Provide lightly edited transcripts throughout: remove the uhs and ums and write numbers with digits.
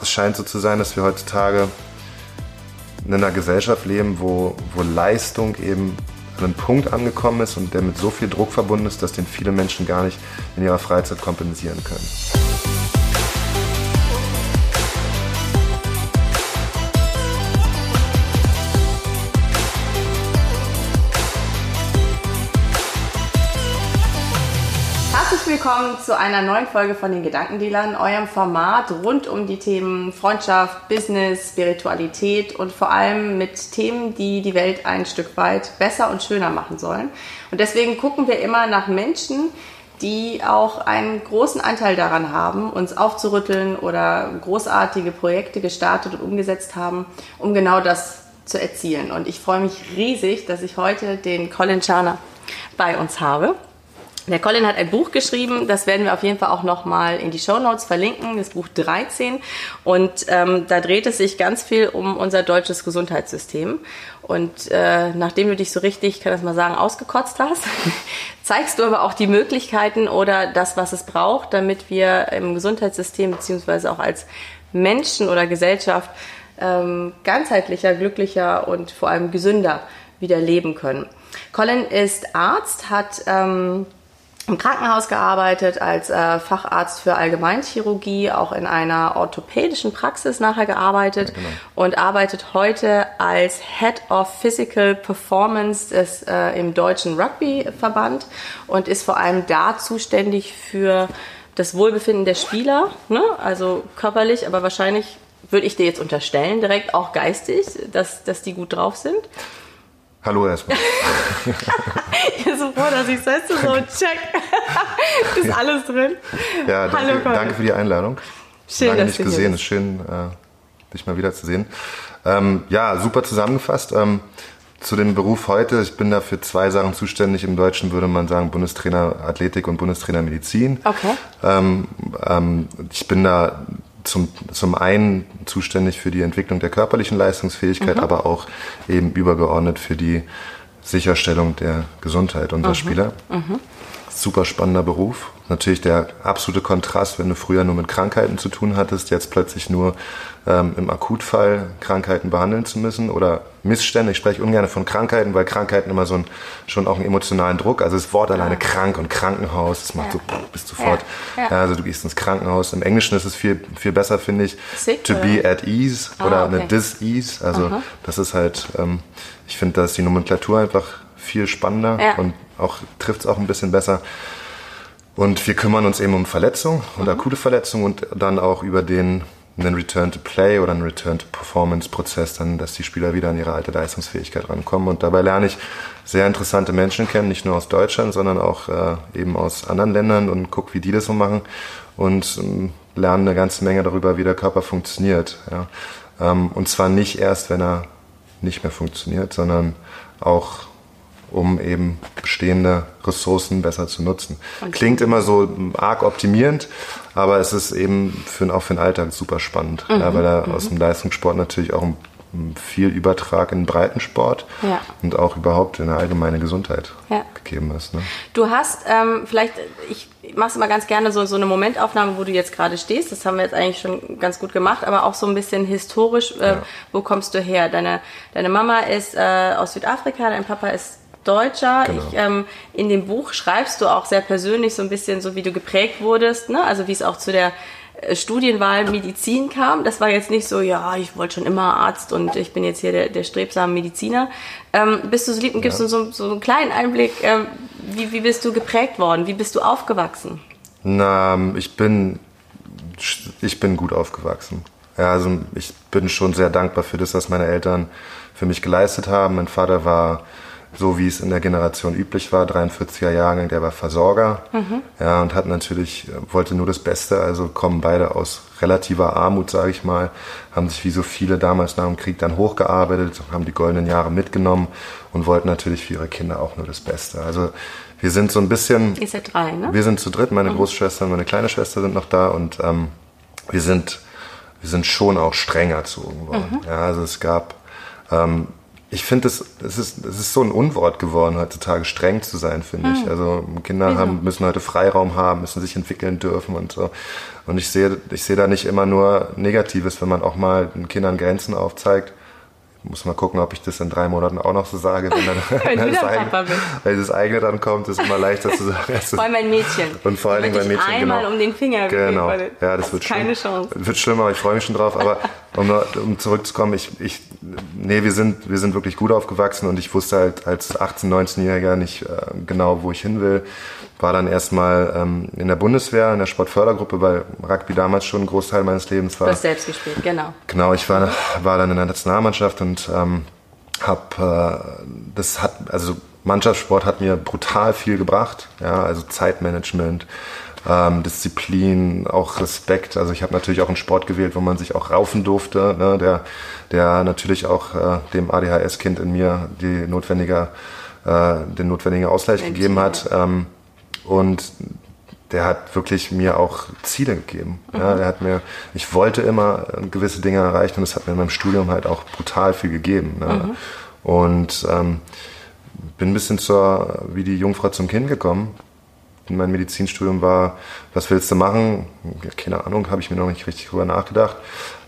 es scheint so zu sein, dass wir heutzutage in einer Gesellschaft leben, wo Leistung eben an einem Punkt angekommen ist und der mit so viel Druck verbunden ist, dass den viele Menschen gar nicht in ihrer Freizeit kompensieren können. Willkommen zu einer neuen Folge von den Gedankendealern, eurem Format rund um die Themen Freundschaft, Business, Spiritualität und vor allem mit Themen, die die Welt ein Stück weit besser und schöner machen sollen. Und deswegen gucken wir immer nach Menschen, die auch einen großen Anteil daran haben, uns aufzurütteln oder großartige Projekte gestartet und umgesetzt haben, um genau das zu erzielen. Und ich freue mich riesig, dass ich heute den Colin Charner bei uns habe. Der Colin hat ein Buch geschrieben, das werden wir auf jeden Fall auch nochmal in die Shownotes verlinken, das Buch 13. Und da dreht es sich ganz viel um unser deutsches Gesundheitssystem. Und nachdem du dich so richtig, kann ich mal sagen, ausgekotzt hast, zeigst du aber auch die Möglichkeiten oder das, was es braucht, damit wir im Gesundheitssystem beziehungsweise auch als Menschen oder Gesellschaft ganzheitlicher, glücklicher und vor allem gesünder wieder leben können. Colin ist Arzt, hat im Krankenhaus gearbeitet, als Facharzt für Allgemeinchirurgie, auch in einer orthopädischen Praxis nachher gearbeitet, genau. Und arbeitet heute als Head of Physical Performance im Deutschen Rugbyverband und ist vor allem da zuständig für das Wohlbefinden der Spieler, ne? Also körperlich, aber wahrscheinlich würde ich dir jetzt unterstellen, direkt auch geistig, dass die gut drauf sind. Hallo erstmal. Ich bin so froh, dass ich setze, so check. Ist alles drin. Ja, danke für die Einladung. Schön, lange dass nicht du gesehen, hier ist schön, dich mal wieder zu sehen. Ja, super zusammengefasst. Zu dem Beruf heute, ich bin da für 2 Sachen zuständig. Im Deutschen würde man sagen Bundestrainer Athletik und Bundestrainer Medizin. Okay. Ich bin da zum einen zuständig für die Entwicklung der körperlichen Leistungsfähigkeit, aber auch eben übergeordnet für die Sicherstellung der Gesundheit unserer Spieler. Super spannender Beruf. Natürlich der absolute Kontrast, wenn du früher nur mit Krankheiten zu tun hattest, jetzt plötzlich nur im Akutfall Krankheiten behandeln zu müssen oder Missstände. Ich spreche ungern von Krankheiten, weil Krankheiten immer schon auch einen emotionalen Druck, also das Wort alleine krank und Krankenhaus, das macht so, bist sofort, also du gehst ins Krankenhaus. Im Englischen ist es viel, viel besser, finde ich, Sick, to be at ease oder okay. eine dis-ease, also das ist halt, ich finde, da ist die Nomenklatur einfach viel spannender und auch trifft es auch ein bisschen besser. Und wir kümmern uns eben um Verletzungen und akute Verletzungen und dann auch über einen Return to Play oder einen Return to Performance Prozess, dann, dass die Spieler wieder an ihre alte Leistungsfähigkeit rankommen. Und dabei lerne ich sehr interessante Menschen kennen, nicht nur aus Deutschland, sondern auch eben aus anderen Ländern und gucke, wie die das so machen und lerne eine ganze Menge darüber, wie der Körper funktioniert. Ja. Und zwar nicht erst, wenn er nicht mehr funktioniert, sondern auch um eben bestehende Ressourcen besser zu nutzen. Klingt immer so arg optimierend, aber es ist eben auch für den Alltag super spannend, ja, weil da aus dem Leistungssport natürlich auch viel Übertrag in den Breitensport und auch überhaupt in eine allgemeine Gesundheit gegeben ist. Ne? Du hast vielleicht, ich mache es immer ganz gerne so eine Momentaufnahme, wo du jetzt gerade stehst. Das haben wir jetzt eigentlich schon ganz gut gemacht, aber auch so ein bisschen historisch. Wo kommst du her? Deine Mama ist aus Südafrika, dein Papa ist Deutscher. Genau. In dem Buch schreibst du auch sehr persönlich so ein bisschen so, wie du geprägt wurdest, ne? Also wie es auch zu der Studienwahl Medizin kam. Das war jetzt nicht so, ja, ich wollte schon immer Arzt und ich bin jetzt hier der strebsame Mediziner. Bist du so lieb und gibst uns so einen kleinen Einblick, wie bist du geprägt worden? Wie bist du aufgewachsen? Na, ich bin gut aufgewachsen. Ja, also ich bin schon sehr dankbar für das, was meine Eltern für mich geleistet haben. Mein Vater war, so wie es in der Generation üblich war, 43er Jahrgang, der war Versorger, ja, und wollte nur das Beste, also kommen beide aus relativer Armut, sage ich mal, haben sich wie so viele damals nach dem Krieg dann hochgearbeitet, haben die goldenen Jahre mitgenommen und wollten natürlich für ihre Kinder auch nur das Beste. Also wir sind so ein bisschen... Ihr seid 3, ne? Wir sind zu dritt, meine Großschwester und meine kleine Schwester sind noch da und wir sind schon auch streng erzogen worden. Ja, also es gab Ich finde, es ist so ein Unwort geworden, heutzutage streng zu sein, finde ich. Also Kinder müssen heute Freiraum haben, müssen sich entwickeln dürfen und so. Und ich sehe da nicht immer nur Negatives, wenn man auch mal den Kindern Grenzen aufzeigt. Ich muss mal gucken, ob ich das in 3 Monaten auch noch so sage. Wenn das eigene dann kommt, ist immer leichter zu sagen. Vor allem ein Mädchen. Und vor allen Dingen beim Mädchen, einmal um den Finger genau. Ja, das wird keine Chance. Das wird schlimmer, aber ich freue mich schon drauf. Aber um zurückzukommen, wir sind wirklich gut aufgewachsen und ich wusste halt als 18-, 19-Jähriger nicht genau, wo ich hin will. War dann erstmal in der Bundeswehr, in der Sportfördergruppe, weil Rugby damals schon ein Großteil meines Lebens war. Du hast selbst gespielt, genau. Genau, ich war dann in der Nationalmannschaft und Mannschaftssport hat mir brutal viel gebracht, ja, also Zeitmanagement, Disziplin, auch Respekt. Also ich habe natürlich auch einen Sport gewählt, wo man sich auch raufen durfte, ne, der natürlich auch dem ADHS-Kind in mir den notwendigen Ausgleich gegeben hat. Und der hat wirklich mir auch Ziele gegeben. Ja, ich wollte immer gewisse Dinge erreichen und das hat mir in meinem Studium halt auch brutal viel gegeben. Ne? Und bin ein bisschen wie die Jungfrau zum Kind gekommen. Mein Medizinstudium war, was willst du machen? Keine Ahnung, habe ich mir noch nicht richtig drüber nachgedacht.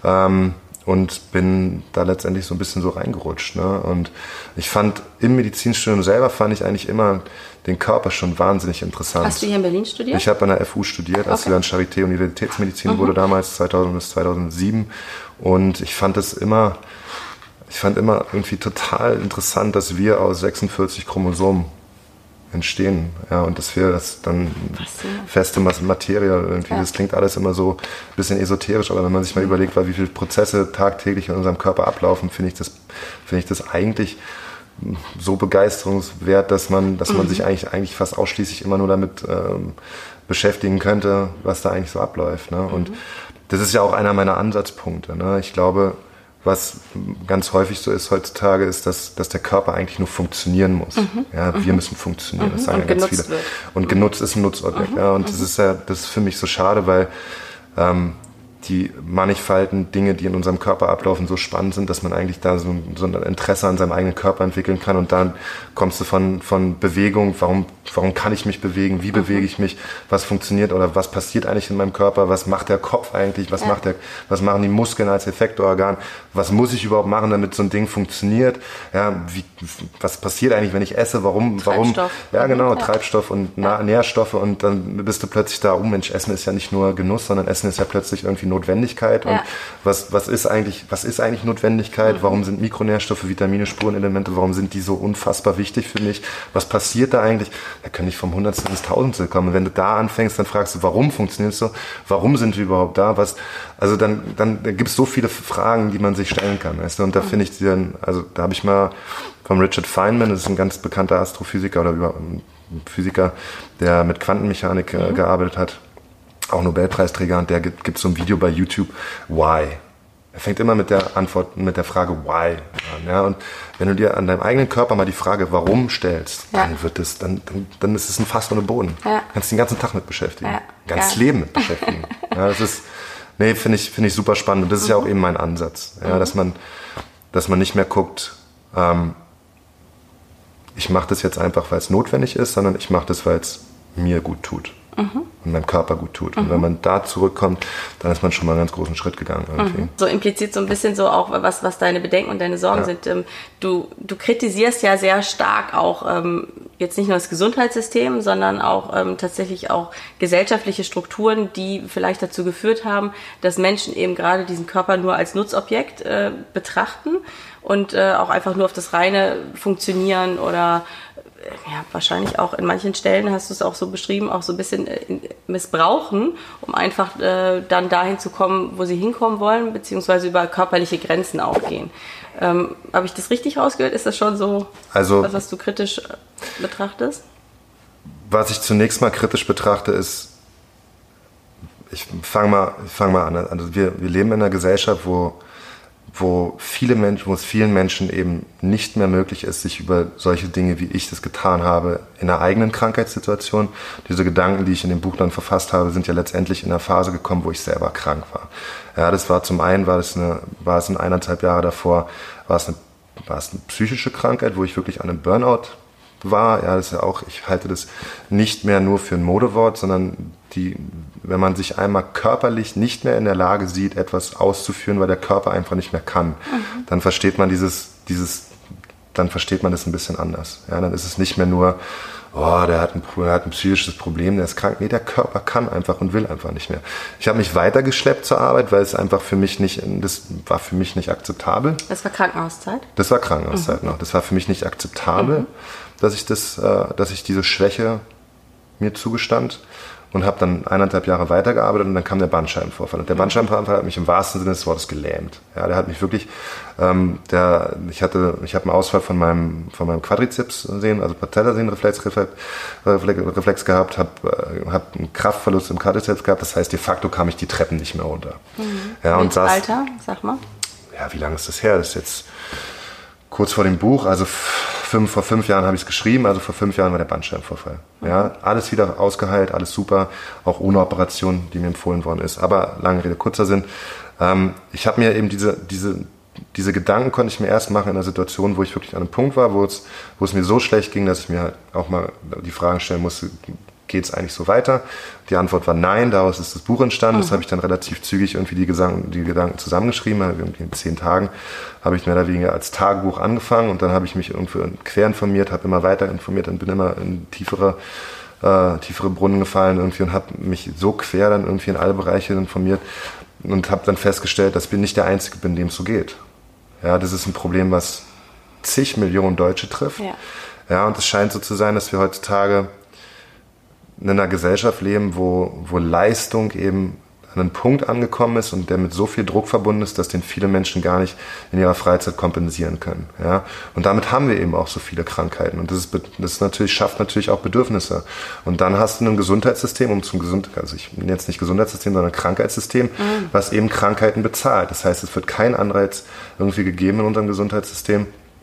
Und bin da letztendlich so ein bisschen so reingerutscht. Ne? Und ich fand im Medizinstudium selber eigentlich immer den Körper schon wahnsinnig interessant. Hast du hier in Berlin studiert? Ich habe an der FU studiert, als sie dann Charité Universitätsmedizin wurde damals, 2000 bis 2007. Und ich fand immer irgendwie total interessant, dass wir aus 46 Chromosomen entstehen, ja, und dass wir das dann feste Materie irgendwie, das klingt alles immer so ein bisschen esoterisch, aber wenn man sich mal überlegt, wie viele Prozesse tagtäglich in unserem Körper ablaufen, finde ich das eigentlich so begeisterungswert, dass man sich eigentlich fast ausschließlich immer nur damit beschäftigen könnte, was da eigentlich so abläuft, ne? Und das ist ja auch einer meiner Ansatzpunkte, ne? Ich glaube, was ganz häufig so ist heutzutage, ist, dass der Körper eigentlich nur funktionieren muss. Ja, wir müssen funktionieren, das sagen ja ganz viele. Und genutzt ist ein Nutzobjekt. Ja, und das ist für mich so schade, weil die mannigfaltigen Dinge, die in unserem Körper ablaufen, so spannend sind, dass man eigentlich da so ein Interesse an seinem eigenen Körper entwickeln kann. Und dann kommst du von Bewegung, warum kann ich mich bewegen, wie bewege ich mich, was funktioniert oder was passiert eigentlich in meinem Körper, was macht der Kopf eigentlich, was machen die Muskeln als Effektorgan, was muss ich überhaupt machen, damit so ein Ding funktioniert, ja, was passiert eigentlich, wenn ich esse, warum, ja genau, Treibstoff und Nährstoffe, und dann bist du plötzlich da, Mensch, Essen ist ja nicht nur Genuss, sondern Essen ist ja plötzlich irgendwie Notwendigkeit. Und was ist eigentlich Notwendigkeit? Warum sind Mikronährstoffe, Vitamine, Spurenelemente, warum sind die so unfassbar wichtig für mich? Was passiert da eigentlich? Da kann ich vom Hundertstel ins Tausendstel kommen. Wenn du da anfängst, dann fragst du, warum funktioniert es so? Warum sind wir überhaupt da? Also dann gibt es so viele Fragen, die man sich stellen kann. Weißt du? Und da finde ich da habe ich mal vom Richard Feynman, das ist ein ganz bekannter Astrophysiker oder Physiker, der mit Quantenmechanik gearbeitet hat, auch Nobelpreisträger, und der gibt so ein Video bei YouTube, Why? Er fängt immer mit der Frage Why an. Ja? Und wenn du dir an deinem eigenen Körper mal die Frage Warum stellst, dann ist es ein Fass ohne Boden. Ja. Du kannst den ganzen Tag mit beschäftigen, ganzes Leben mit beschäftigen. Ja, das ist, finde ich super spannend. Und das ist ja auch eben mein Ansatz, ja? Dass man nicht mehr guckt, ich mache das jetzt einfach, weil es notwendig ist, sondern ich mache das, weil es mir gut tut. Und meinem Körper gut tut. Und wenn man da zurückkommt, dann ist man schon mal einen ganz großen Schritt gegangen. Irgendwie. So impliziert so ein bisschen so auch, was deine Bedenken und deine Sorgen sind. Du kritisierst ja sehr stark auch jetzt nicht nur das Gesundheitssystem, sondern auch tatsächlich auch gesellschaftliche Strukturen, die vielleicht dazu geführt haben, dass Menschen eben gerade diesen Körper nur als Nutzobjekt betrachten und auch einfach nur auf das reine Funktionieren oder wahrscheinlich auch in manchen Stellen, hast du es auch so beschrieben, auch so ein bisschen missbrauchen, um einfach dann dahin zu kommen, wo sie hinkommen wollen, beziehungsweise über körperliche Grenzen auch gehen. Habe ich das richtig rausgehört? Ist das schon so, was du kritisch betrachtest? Was ich zunächst mal kritisch betrachte, ist, ich fange mal an. Also wir leben in einer Gesellschaft, wo es vielen Menschen eben nicht mehr möglich ist, sich über solche Dinge, wie ich das getan habe, in einer eigenen Krankheitssituation. Diese Gedanken, die ich in dem Buch dann verfasst habe, sind ja letztendlich in einer Phase gekommen, wo ich selber krank war. Ja, das war zum einen, war es in 1,5 Jahre davor, war es war es eine psychische Krankheit, wo ich wirklich an einem Burnout war. Ja, das ist ja auch, ich halte das nicht mehr nur für ein Modewort, sondern wenn man sich einmal körperlich nicht mehr in der Lage sieht, etwas auszuführen, weil der Körper einfach nicht mehr kann, dann versteht man dann versteht man das ein bisschen anders. Ja, dann ist es nicht mehr nur, der hat ein psychisches Problem, der ist krank. Nee, der Körper kann einfach und will einfach nicht mehr. Ich habe mich weitergeschleppt zur Arbeit, weil es einfach das war für mich nicht akzeptabel. Das war Krankenhauszeit? Das war Krankenhauszeit noch. Das war für mich nicht akzeptabel, dass ich diese Schwäche mir zugestand. Und habe dann 1,5 Jahre weitergearbeitet und dann kam der Bandscheibenvorfall. Und der Bandscheibenvorfall hat mich im wahrsten Sinne des Wortes gelähmt. Ja, der hat mich wirklich, ich habe einen Ausfall von meinem Quadrizepssehnen, also Patellasehnenreflex gehabt, habe einen Kraftverlust im Quadrizeps gehabt. Das heißt, de facto kam ich die Treppen nicht mehr runter. Ja, und Alter, sag mal. Ja, wie lange ist das her? Das ist jetzt kurz vor dem Buch, also vor 5 Jahren habe ich es geschrieben, also vor 5 Jahren war der Bandscheibenvorfall. Ja, alles wieder ausgeheilt, alles super, auch ohne Operation, die mir empfohlen worden ist. Aber lange Rede, kurzer Sinn. Ich habe mir eben diese Gedanken konnte ich mir erst machen in einer Situation, wo ich wirklich an einem Punkt war, wo es mir so schlecht ging, dass ich mir halt auch mal die Fragen stellen musste, geht es eigentlich so weiter? Die Antwort war nein, daraus ist das Buch entstanden. Das habe ich dann relativ zügig irgendwie die Gedanken zusammengeschrieben. Irgendwie in 10 Tagen habe ich mehr oder weniger als Tagebuch angefangen und dann habe ich mich irgendwie quer informiert, habe immer weiter informiert und bin immer in tiefere Brunnen gefallen irgendwie und habe mich so quer dann irgendwie in alle Bereiche informiert und habe dann festgestellt, dass ich nicht der Einzige bin, dem es so geht. Ja, das ist ein Problem, was zig Millionen Deutsche trifft. Ja, und es scheint so zu sein, dass wir heutzutage in einer Gesellschaft leben, wo Leistung eben an einen Punkt angekommen ist und der mit so viel Druck verbunden ist, dass den viele Menschen gar nicht in ihrer Freizeit kompensieren können. Ja? Und damit haben wir eben auch so viele Krankheiten. Und schafft natürlich auch Bedürfnisse. Und dann hast du ein Gesundheitssystem, also ich nenne jetzt nicht Gesundheitssystem, sondern Krankheitssystem, was eben Krankheiten bezahlt. Das heißt, es wird kein Anreiz irgendwie gegeben in unserem Gesundheitssystem,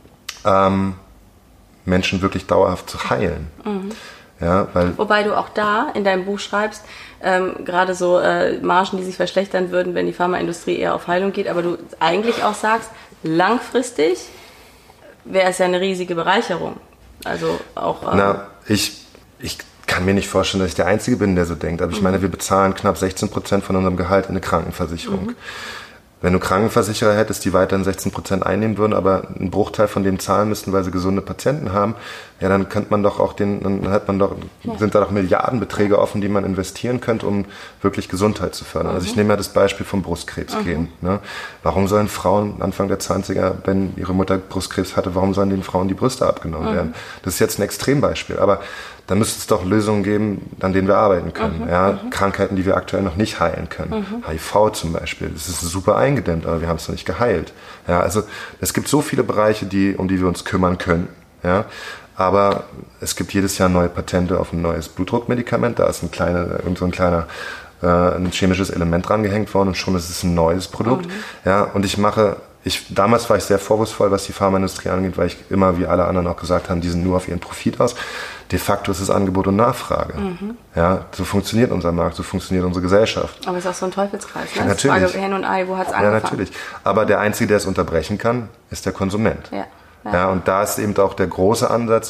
Menschen wirklich dauerhaft zu heilen. Ja, wobei du auch da in deinem Buch schreibst, gerade so Margen, die sich verschlechtern würden, wenn die Pharmaindustrie eher auf Heilung geht, aber du eigentlich auch sagst, langfristig wäre es ja eine riesige Bereicherung. Also auch... ich kann mir nicht vorstellen, dass ich der Einzige bin, der so denkt, aber ich meine, wir bezahlen knapp 16% von unserem Gehalt in eine Krankenversicherung. Wenn du Krankenversicherer hättest, die weiterhin 16% einnehmen würden, aber einen Bruchteil von dem zahlen müssten, weil sie gesunde Patienten haben, ja, dann könnte man doch sind da doch Milliardenbeträge offen, die man investieren könnte, um wirklich Gesundheit zu fördern. Also ich nehme ja das Beispiel vom Brustkrebs gehen. Ne? Warum sollen Frauen Anfang der 20er, wenn ihre Mutter Brustkrebs hatte, warum sollen den Frauen die Brüste abgenommen werden? Das ist jetzt ein Extrembeispiel, aber da müsste es doch Lösungen geben, an denen wir arbeiten können. Krankheiten, die wir aktuell noch nicht heilen können. HIV zum Beispiel, das ist super eingedämmt, aber wir haben es noch nicht geheilt. Ja, also es gibt so viele Bereiche, um die wir uns kümmern können. Ja, aber es gibt jedes Jahr neue Patente auf ein neues Blutdruckmedikament. Da ist ein chemisches Element drangehängt worden und schon ist es ein neues Produkt. Ja, und damals war ich sehr vorwurfsvoll, was die Pharmaindustrie angeht, weil ich immer, wie alle anderen auch gesagt haben, die sind nur auf ihren Profit aus. De facto ist es Angebot und Nachfrage. Ja, so funktioniert unser Markt, so funktioniert unsere Gesellschaft. Aber es ist auch so ein Teufelskreis, ne? Natürlich. Frage Hen und Ei, wo hat es angefangen? Ja, natürlich. Aber der Einzige, der es unterbrechen kann, ist der Konsument. Ja, und da ist eben auch der große Ansatz.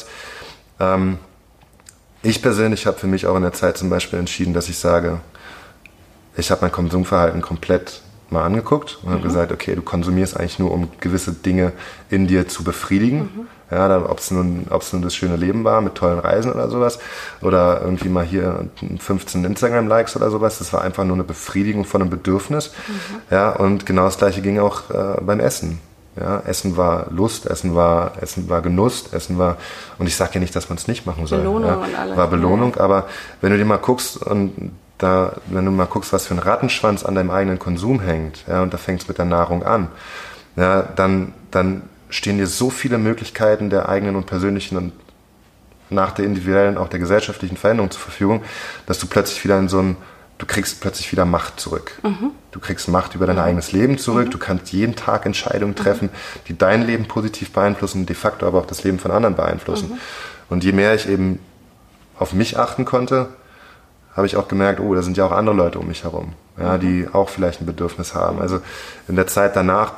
Ich persönlich habe für mich auch in der Zeit zum Beispiel entschieden, dass ich sage, ich habe mein Konsumverhalten komplett mal angeguckt und habe gesagt, okay, du konsumierst eigentlich nur, um gewisse Dinge in dir zu befriedigen. Ja, ob es nun das schöne Leben war mit tollen Reisen oder sowas oder irgendwie mal hier 15 Instagram-Likes oder sowas. Das war einfach nur eine Befriedigung von einem Bedürfnis. Ja, und genau das Gleiche ging auch beim Essen. Ja, Essen war Lust, Essen war Genuss, und ich sage ja nicht, dass man es nicht machen soll. Belohnung ja, und alles. War Belohnung, aber wenn du dir mal guckst was für ein Rattenschwanz an deinem eigenen Konsum hängt, ja, und da fängt es mit der Nahrung an, ja, dann stehen dir so viele Möglichkeiten der eigenen und persönlichen und nach der individuellen, auch der gesellschaftlichen Veränderung zur Verfügung, dass du plötzlich wieder du kriegst plötzlich wieder Macht zurück. Du kriegst Macht über dein eigenes Leben zurück, du kannst jeden Tag Entscheidungen treffen, die dein Leben positiv beeinflussen, de facto aber auch das Leben von anderen beeinflussen. Und je mehr ich eben auf mich achten konnte, habe ich auch gemerkt, da sind ja auch andere Leute um mich herum, ja, die auch vielleicht ein Bedürfnis haben. Also in der Zeit danach bin ich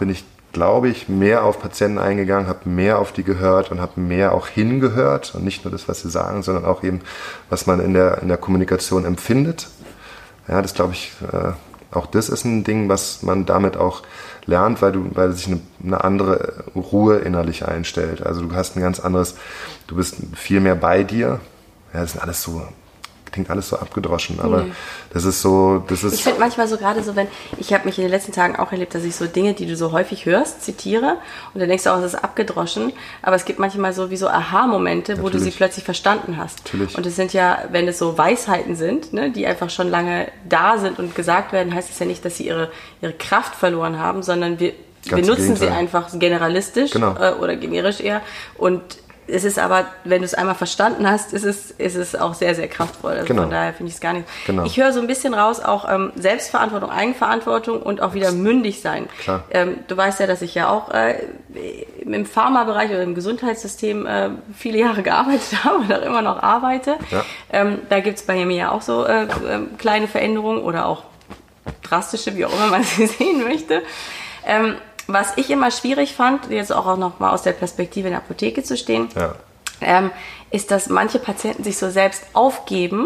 glaube ich, mehr auf Patienten eingegangen, habe mehr auf die gehört und habe mehr auch hingehört und nicht nur das, was sie sagen, sondern auch eben, was man in der Kommunikation empfindet. Ja, das glaube ich, auch das ist ein Ding, was man damit auch lernt, weil sich eine andere Ruhe innerlich einstellt. Also du hast ein ganz anderes, du bist viel mehr bei dir. Ja, das sind alles so, klingt alles so abgedroschen, aber das ist so, Ich finde manchmal so gerade so, ich habe mich in den letzten Tagen auch erlebt, dass ich so Dinge, die du so häufig hörst, zitiere und dann denkst du auch, es ist abgedroschen, aber es gibt manchmal so wie so Aha-Momente, wo du sie plötzlich verstanden hast. Natürlich. Und es sind ja, wenn es so Weisheiten sind, ne, die einfach schon lange da sind und gesagt werden, heißt es ja nicht, dass sie ihre Kraft verloren haben, sondern wir nutzen sie einfach generalistisch oder generisch eher und es ist aber, wenn du es einmal verstanden hast, ist es auch sehr, sehr kraftvoll. Also von daher finde ich es gar nicht. Genau. Ich höre so ein bisschen raus, auch Selbstverantwortung, Eigenverantwortung und auch wieder mündig sein. Klar. Du weißt ja, dass ich ja auch im Pharmabereich oder im Gesundheitssystem viele Jahre gearbeitet habe und auch immer noch arbeite. Ja. Da gibt es bei mir ja auch so kleine Veränderungen oder auch drastische, wie auch immer man sie sehen möchte. Was ich immer schwierig fand, jetzt auch noch mal aus der Perspektive in der Apotheke zu stehen, ist, dass manche Patienten sich so selbst aufgeben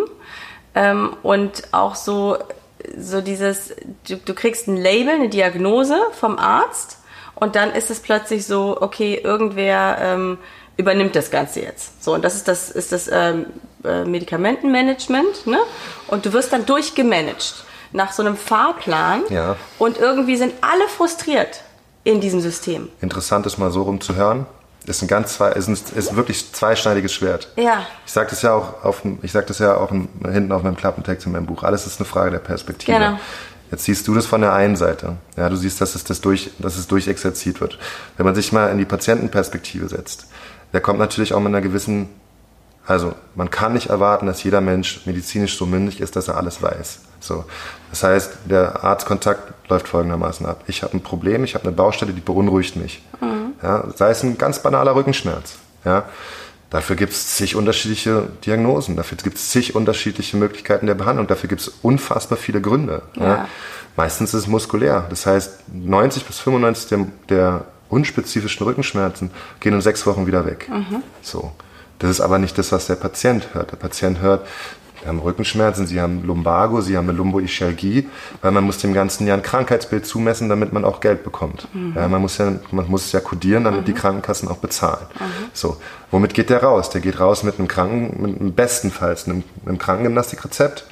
und auch so dieses, du kriegst ein Label, eine Diagnose vom Arzt und dann ist es plötzlich so, okay, irgendwer übernimmt das Ganze jetzt. So, und das ist das Medikamentenmanagement, ne? Und du wirst dann durchgemanagt nach so einem Fahrplan und irgendwie sind alle frustriert in diesem System. Interessant ist mal so rumzuhören. Ist wirklich zweischneidiges Schwert. Ja. Ich sage das ja auch hinten auf meinem Klappentext in meinem Buch. Alles ist eine Frage der Perspektive. Genau. Jetzt siehst du das von der einen Seite. Ja, du siehst, dass es durchexerziert wird. Wenn man sich mal in die Patientenperspektive setzt, der kommt natürlich auch mit einer gewissen, also man kann nicht erwarten, dass jeder Mensch medizinisch so mündig ist, dass er alles weiß. So. Das heißt, der Arztkontakt läuft folgendermaßen ab. Ich habe ein Problem, ich habe eine Baustelle, die beunruhigt mich. Ja, sei es ein ganz banaler Rückenschmerz. Ja. Dafür gibt es zig unterschiedliche Diagnosen, dafür gibt es zig unterschiedliche Möglichkeiten der Behandlung, dafür gibt es unfassbar viele Gründe. Ja. Meistens ist es muskulär. Das heißt, 90-95% der unspezifischen Rückenschmerzen gehen in 6 Wochen wieder weg. So. Das ist aber nicht das, was der Patient hört. Der Patient hört, Sie haben Rückenschmerzen, Sie haben Lumbago, Sie haben eine Lumboischialgie, weil man muss dem Ganzen ja ein Krankheitsbild zumessen, damit man auch Geld bekommt. Ja, man muss es ja kodieren, damit die Krankenkassen auch bezahlen. So, womit geht der raus? Der geht raus mit bestenfalls einem Krankengymnastikrezept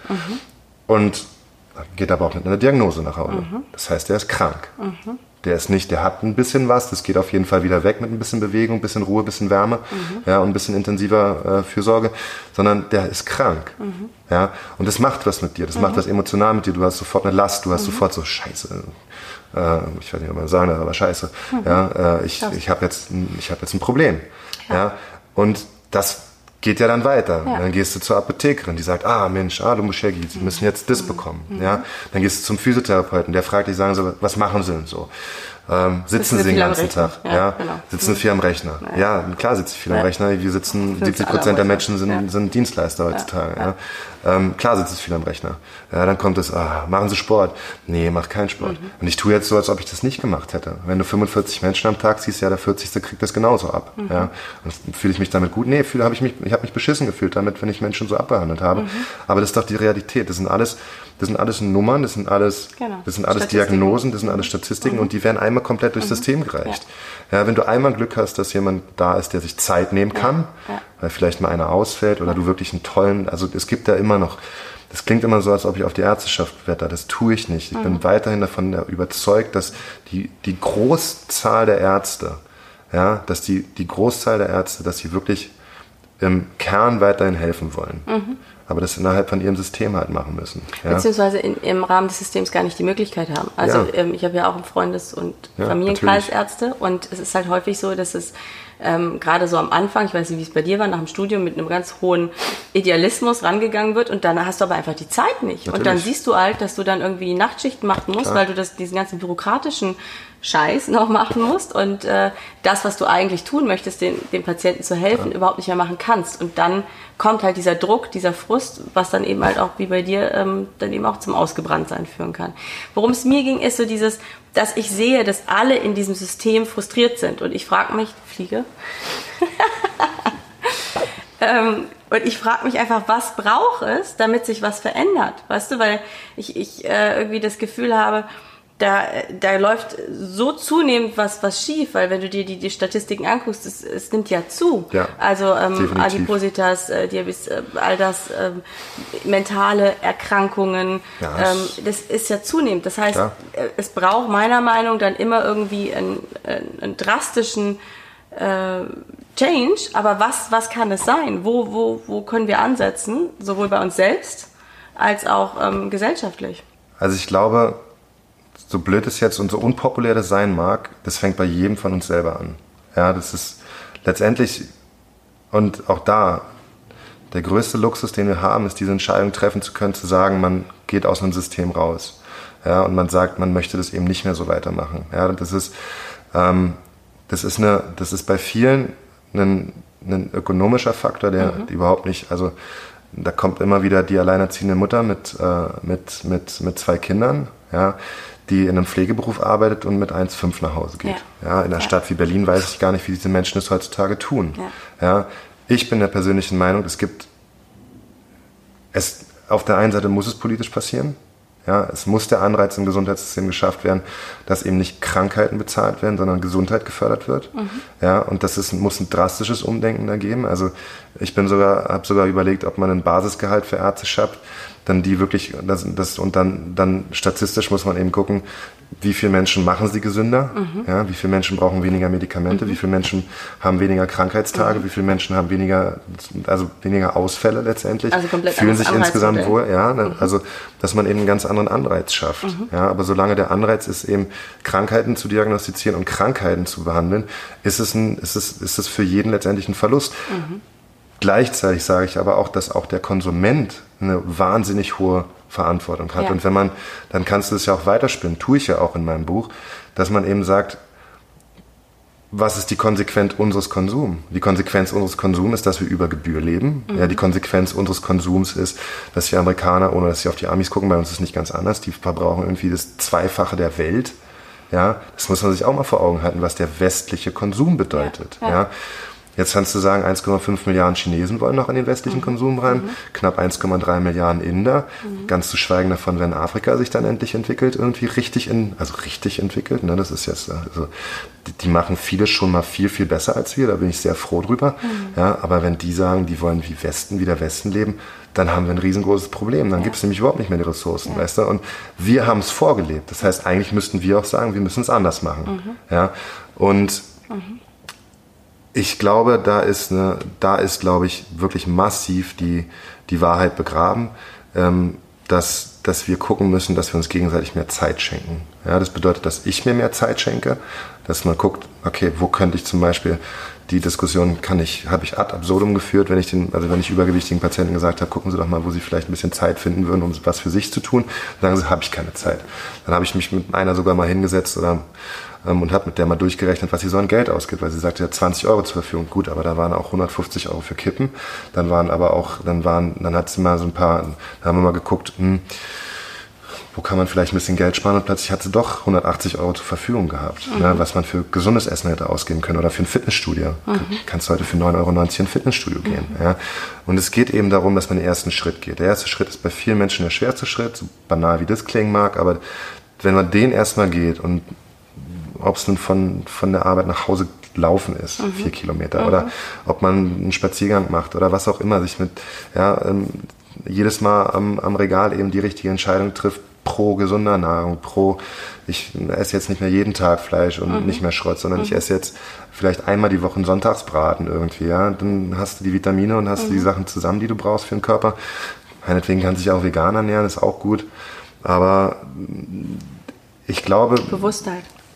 und geht aber auch mit einer Diagnose nach Hause. Das heißt, der ist krank. Der hat ein bisschen was, das geht auf jeden Fall wieder weg mit ein bisschen Bewegung, ein bisschen Ruhe, ein bisschen Wärme und ein bisschen intensiver Fürsorge, sondern der ist krank. Ja, und das macht was mit dir, das macht was emotional mit dir, du hast sofort eine Last, du hast sofort so Scheiße, ich weiß nicht, ob man sagen darf, aber Scheiße, ich habe jetzt ein Problem. Ja, und das geht ja dann weiter. Ja. Dann gehst du zur Apothekerin, die sagt, Lumboischialgie, Sie müssen jetzt das bekommen. Ja? Dann gehst du zum Physiotherapeuten, der fragt dich, sagen so, was machen Sie denn so? Sitzen Sie den ganzen Tag? Ja, genau. Sitzen viel am Rechner? Ja, klar sitze ich viel am Rechner. Wir sitzen, 70% der Menschen sind Dienstleister heutzutage. Ja. Klar sitze ich viel am Rechner. Ja, dann kommt es, machen Sie Sport? Nee, mach keinen Sport. Und ich tue jetzt so, als ob ich das nicht gemacht hätte. Wenn du 45 Menschen am Tag siehst, ja, der 40. kriegt das genauso ab. Ja. Und fühle ich mich damit gut? Nee, ich habe mich beschissen gefühlt damit, wenn ich Menschen so abbehandelt habe. Aber das ist doch die Realität. Das sind alles Nummern, das sind alles Diagnosen, das sind alles Statistiken und die werden einmal komplett durchs System gereicht. Ja, wenn du einmal Glück hast, dass jemand da ist, der sich Zeit nehmen kann, weil vielleicht mal einer ausfällt oder du wirklich einen tollen, also es gibt da immer noch, das klingt immer so, als ob ich auf die Ärzteschaft wetter, das tue ich nicht. Ich bin weiterhin davon überzeugt, dass die Großzahl der Ärzte, dass die Großzahl der Ärzte, dass sie wirklich im Kern weiterhin helfen wollen. Aber das innerhalb von ihrem System halt machen müssen. Ja? Beziehungsweise im Rahmen des Systems gar nicht die Möglichkeit haben. Also ich habe ja auch einen Freundes- und Familienkreisärzte und es ist halt häufig so, dass es gerade so am Anfang, ich weiß nicht, wie es bei dir war, nach dem Studium mit einem ganz hohen Idealismus rangegangen wird und dann hast du aber einfach die Zeit nicht. Natürlich. Und dann siehst du halt, dass du dann irgendwie Nachtschichten machen musst, weil du diesen ganzen bürokratischen Scheiß noch machen musst und das, was du eigentlich tun möchtest, den Patienten zu helfen, überhaupt nicht mehr machen kannst. Und dann kommt halt dieser Druck, dieser Frust, was dann eben halt auch wie bei dir dann eben auch zum Ausgebranntsein führen kann. Worum es mir ging, ist so dieses, dass ich sehe, dass alle in diesem System frustriert sind. Und ich frage mich, und ich frage mich einfach, was braucht es, damit sich was verändert? Weißt du, weil ich irgendwie das Gefühl habe, da läuft so zunehmend was schief, weil wenn du dir die Statistiken anguckst, es nimmt ja zu. Ja, also Adipositas, Diabetes, all das, mentale Erkrankungen, das ist ja zunehmend. Das heißt, es braucht meiner Meinung nach dann immer irgendwie einen drastischen Change, aber was kann es sein? Wo können wir ansetzen, sowohl bei uns selbst als auch gesellschaftlich? Also ich glaube, so blöd es jetzt und so unpopulär das sein mag, das fängt bei jedem von uns selber an. Ja, das ist letztendlich, und auch da, der größte Luxus, den wir haben, ist diese Entscheidung treffen zu können, zu sagen, man geht aus einem System raus. Ja, und man sagt, man möchte das eben nicht mehr so weitermachen. Ja, das ist bei vielen ein ökonomischer Faktor, der überhaupt nicht, also da kommt immer wieder die alleinerziehende Mutter mit 2 Kindern, ja, die in einem Pflegeberuf arbeitet und mit 1,5 nach Hause geht. Ja, in einer Stadt wie Berlin weiß ich gar nicht, wie diese Menschen das heutzutage tun. Ja, ich bin der persönlichen Meinung, auf der einen Seite muss es politisch passieren. Ja, es muss der Anreiz im Gesundheitssystem geschafft werden, dass eben nicht Krankheiten bezahlt werden, sondern Gesundheit gefördert wird. Ja, und muss ein drastisches Umdenken da geben. Also ich habe sogar überlegt, ob man ein Basisgehalt für Ärzte schafft, dann die wirklich, und dann statistisch muss man eben gucken, wie viele Menschen machen sie gesünder, ja, wie viele Menschen brauchen weniger Medikamente, wie viele Menschen haben weniger Krankheitstage, wie viele Menschen haben weniger Ausfälle letztendlich, also fühlen sich insgesamt wohl, ja, also dass man eben einen ganz anderen Anreiz schafft. Ja, aber solange der Anreiz ist, eben Krankheiten zu diagnostizieren und Krankheiten zu behandeln, ist es für jeden letztendlich ein Verlust. Gleichzeitig sage ich aber auch, dass auch der Konsument eine wahnsinnig hohe Verantwortung hat. Ja. Und dann kannst du es ja auch weiterspinnen, tue ich ja auch in meinem Buch, dass man eben sagt, was ist die Konsequenz unseres Konsums? Die Konsequenz unseres Konsums ist, dass wir über Gebühr leben. Ja, die Konsequenz unseres Konsums ist, dass die Amerikaner, ohne dass sie auf die Amis gucken, bei uns ist es nicht ganz anders, die verbrauchen irgendwie das Zweifache der Welt. Ja, das muss man sich auch mal vor Augen halten, was der westliche Konsum bedeutet. Ja. Jetzt kannst du sagen, 1,5 Milliarden Chinesen wollen noch in den westlichen Konsum rein, knapp 1,3 Milliarden Inder, ganz zu schweigen davon, wenn Afrika sich dann endlich entwickelt, irgendwie richtig entwickelt, ne, das ist jetzt, also, die machen vieles schon mal viel, viel besser als wir, da bin ich sehr froh drüber, ja, aber wenn die sagen, die wollen wie der Westen leben, dann haben wir ein riesengroßes Problem, dann gibt es nämlich überhaupt nicht mehr die Ressourcen, weißt du, und wir haben es vorgelebt, das heißt, eigentlich müssten wir auch sagen, wir müssen es anders machen, ja, und ich glaube, da ist, glaube ich, wirklich massiv die Wahrheit begraben, dass wir gucken müssen, dass wir uns gegenseitig mehr Zeit schenken. Ja, das bedeutet, dass ich mir mehr Zeit schenke, dass man guckt, okay, wo könnte ich zum Beispiel die Diskussion habe ich ad absurdum geführt, wenn ich übergewichtigen Patienten gesagt habe, gucken Sie doch mal, wo Sie vielleicht ein bisschen Zeit finden würden, um was für sich zu tun. Dann sagen sie, habe ich keine Zeit. Dann habe ich mich mit einer sogar mal hingesetzt und habe mit der mal durchgerechnet, was sie so an Geld ausgibt, weil sie sagte, ja 20 Euro zur Verfügung. Gut, aber da waren auch 150 Euro für Kippen. Dann hat sie mal dann haben wir mal geguckt, wo kann man vielleicht ein bisschen Geld sparen, und plötzlich hat sie doch 180 Euro zur Verfügung gehabt, ne, was man für gesundes Essen hätte ausgeben können oder für ein Fitnessstudio. Kannst du heute für 9,90 Euro in ein Fitnessstudio gehen. Ja. Und es geht eben darum, dass man den ersten Schritt geht. Der erste Schritt ist bei vielen Menschen der schwerste Schritt, so banal wie das klingen mag, aber wenn man den erstmal geht, und ob es nun von der Arbeit nach Hause laufen ist, 4 Kilometer, oder ob man einen Spaziergang macht oder was auch immer, sich jedes Mal am Regal eben die richtige Entscheidung trifft, pro gesunder Nahrung, ich esse jetzt nicht mehr jeden Tag Fleisch und nicht mehr Schrott, sondern ich esse jetzt vielleicht einmal die Woche einen Sonntagsbraten irgendwie, ja, dann hast du die Vitamine und hast du die Sachen zusammen, die du brauchst für den Körper. Meinetwegen kann sich auch vegan ernähren, ist auch gut, aber ich glaube... Bewusstheit.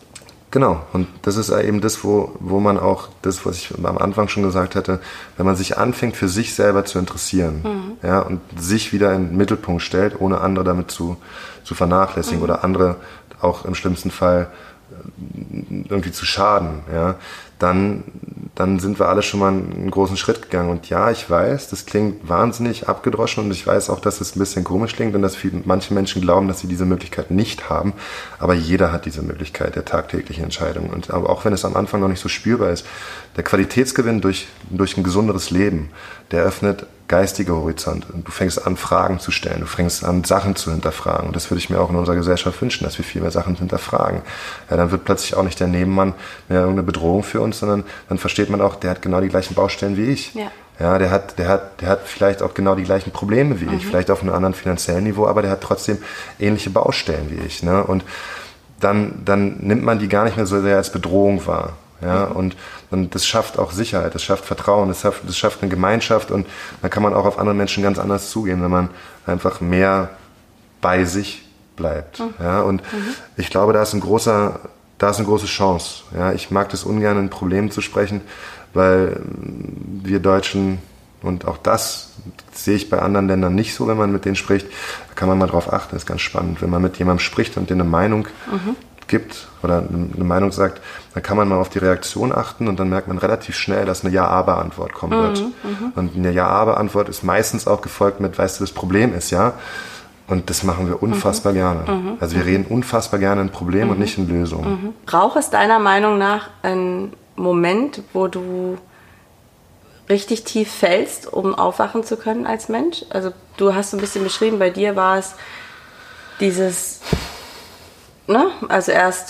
Genau, und das ist eben das, wo man auch, das, was ich am Anfang schon gesagt hatte, wenn man sich anfängt, für sich selber zu interessieren, ja, und sich wieder in den Mittelpunkt stellt, ohne andere damit zu vernachlässigen oder andere auch im schlimmsten Fall irgendwie zu schaden, ja, dann sind wir alle schon mal einen großen Schritt gegangen. Und ja, ich weiß, das klingt wahnsinnig abgedroschen und ich weiß auch, dass es ein bisschen komisch klingt und dass manche Menschen glauben, dass sie diese Möglichkeit nicht haben. Aber jeder hat diese Möglichkeit der tagtäglichen Entscheidung. Und aber auch wenn es am Anfang noch nicht so spürbar ist, der Qualitätsgewinn durch ein gesunderes Leben, der öffnet geistige Horizonte. Du fängst an, Fragen zu stellen, du fängst an, Sachen zu hinterfragen. Und das würde ich mir auch in unserer Gesellschaft wünschen, dass wir viel mehr Sachen hinterfragen. Ja, dann wird plötzlich auch nicht der Nebenmann mehr irgendeine Bedrohung für uns, sondern dann versteht man auch, der hat genau die gleichen Baustellen wie ich. Ja. Ja, der hat vielleicht auch genau die gleichen Probleme wie ich, vielleicht auf einem anderen finanziellen Niveau, aber der hat trotzdem ähnliche Baustellen wie ich. Ne? Und dann nimmt man die gar nicht mehr so sehr als Bedrohung wahr. Ja, und das schafft auch Sicherheit, das schafft Vertrauen, das schafft eine Gemeinschaft und dann kann man auch auf andere Menschen ganz anders zugehen, wenn man einfach mehr bei sich bleibt. Ja, und ich glaube, da ist eine große Chance. Ja, ich mag das ungern, in Problemen zu sprechen, weil wir Deutschen, und auch das sehe ich bei anderen Ländern nicht so, wenn man mit denen spricht, da kann man mal drauf achten, das ist ganz spannend. Wenn man mit jemandem spricht und dir eine Meinung gibt oder eine Meinung sagt, dann kann man mal auf die Reaktion achten und dann merkt man relativ schnell, dass eine Ja-Aber-Antwort kommen wird. Und eine Ja-Aber-Antwort ist meistens auch gefolgt mit, weißt du, das Problem ist, ja. Und das machen wir unfassbar gerne. Also wir reden unfassbar gerne in Problemen und nicht in Lösungen. Braucht es deiner Meinung nach einen Moment, wo du richtig tief fällst, um aufwachen zu können als Mensch? Also du hast so ein bisschen beschrieben, bei dir war es dieses... Ne? Also erst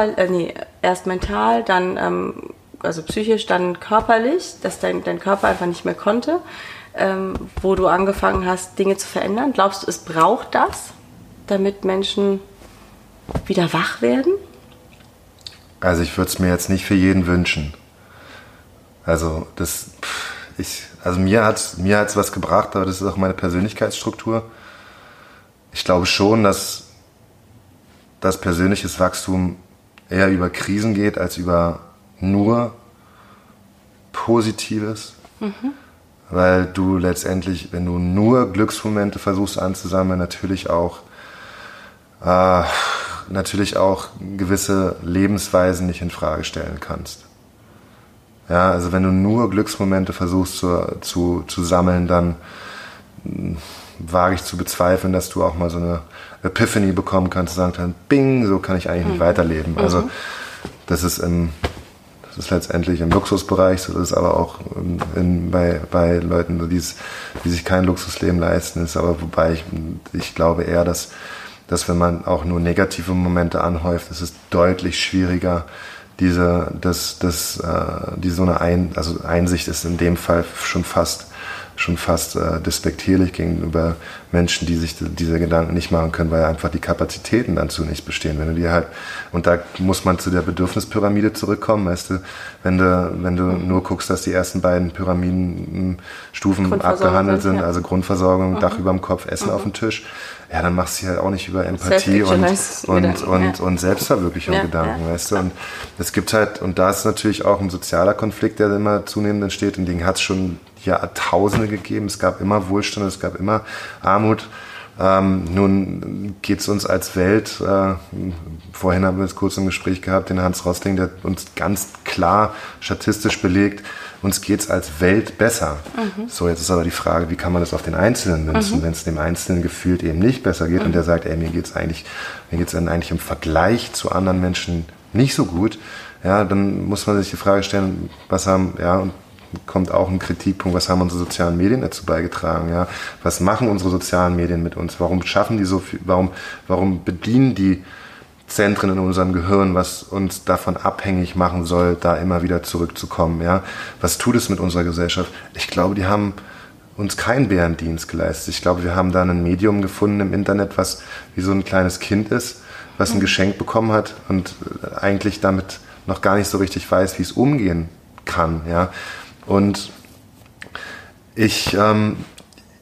mental, dann also psychisch, dann körperlich, dass dein Körper einfach nicht mehr konnte, wo du angefangen hast, Dinge zu verändern. Glaubst du, es braucht das, damit Menschen wieder wach werden? Also ich würde es mir jetzt nicht für jeden wünschen. Also mir hat's was gebracht, aber das ist auch meine Persönlichkeitsstruktur. Ich glaube schon, dass persönliches Wachstum eher über Krisen geht, als über nur Positives. Weil du letztendlich, wenn du nur Glücksmomente versuchst anzusammeln, natürlich auch gewisse Lebensweisen nicht in Frage stellen kannst. Ja, also wenn du nur Glücksmomente versuchst zu sammeln, dann wage ich zu bezweifeln, dass du auch mal so eine Epiphany bekommen kannst, sagen kannst, bing, so kann ich eigentlich nicht weiterleben. Also das ist letztendlich im Luxusbereich, so ist aber auch bei Leuten, die sich kein Luxusleben leisten, ist aber wobei ich glaube eher, dass wenn man auch nur negative Momente anhäuft, ist es deutlich schwieriger, Einsicht ist in dem Fall schon fast despektierlich gegenüber Menschen, die sich diese Gedanken nicht machen können, weil einfach die Kapazitäten dazu nicht bestehen. Wenn du dir halt, und da muss man zu der Bedürfnispyramide zurückkommen, weißt du, wenn du nur guckst, dass die ersten beiden Pyramidenstufen abgehandelt sind, also Grundversorgung, Dach über dem Kopf, Essen auf dem Tisch, ja, dann machst du ja auch nicht über Empathie und Selbstverwirklichung Gedanken, weißt du, und es gibt halt, und da ist natürlich auch ein sozialer Konflikt, der immer zunehmend entsteht, und den hat es schon Jahrtausende gegeben, es gab immer Wohlstand, es gab immer Armut. Nun geht es uns als Welt, vorhin haben wir es kurz im Gespräch gehabt, den Hans Rosling, der uns ganz klar statistisch belegt, uns geht es als Welt besser. So, jetzt ist aber die Frage, wie kann man das auf den Einzelnen münzen, wenn es dem Einzelnen gefühlt eben nicht besser geht und der sagt, ey, mir geht's eigentlich im Vergleich zu anderen Menschen nicht so gut, ja, dann muss man sich die Frage stellen, und kommt auch ein Kritikpunkt, was haben unsere sozialen Medien dazu beigetragen, ja? Was machen unsere sozialen Medien mit uns? Warum schaffen die so viel, warum bedienen die Zentren in unserem Gehirn, was uns davon abhängig machen soll, da immer wieder zurückzukommen, ja? Was tut es mit unserer Gesellschaft? Ich glaube, die haben uns keinen Bärendienst geleistet. Ich glaube, wir haben da ein Medium gefunden im Internet, was wie so ein kleines Kind ist, was ein Geschenk bekommen hat und eigentlich damit noch gar nicht so richtig weiß, wie es umgehen kann, ja? Und ich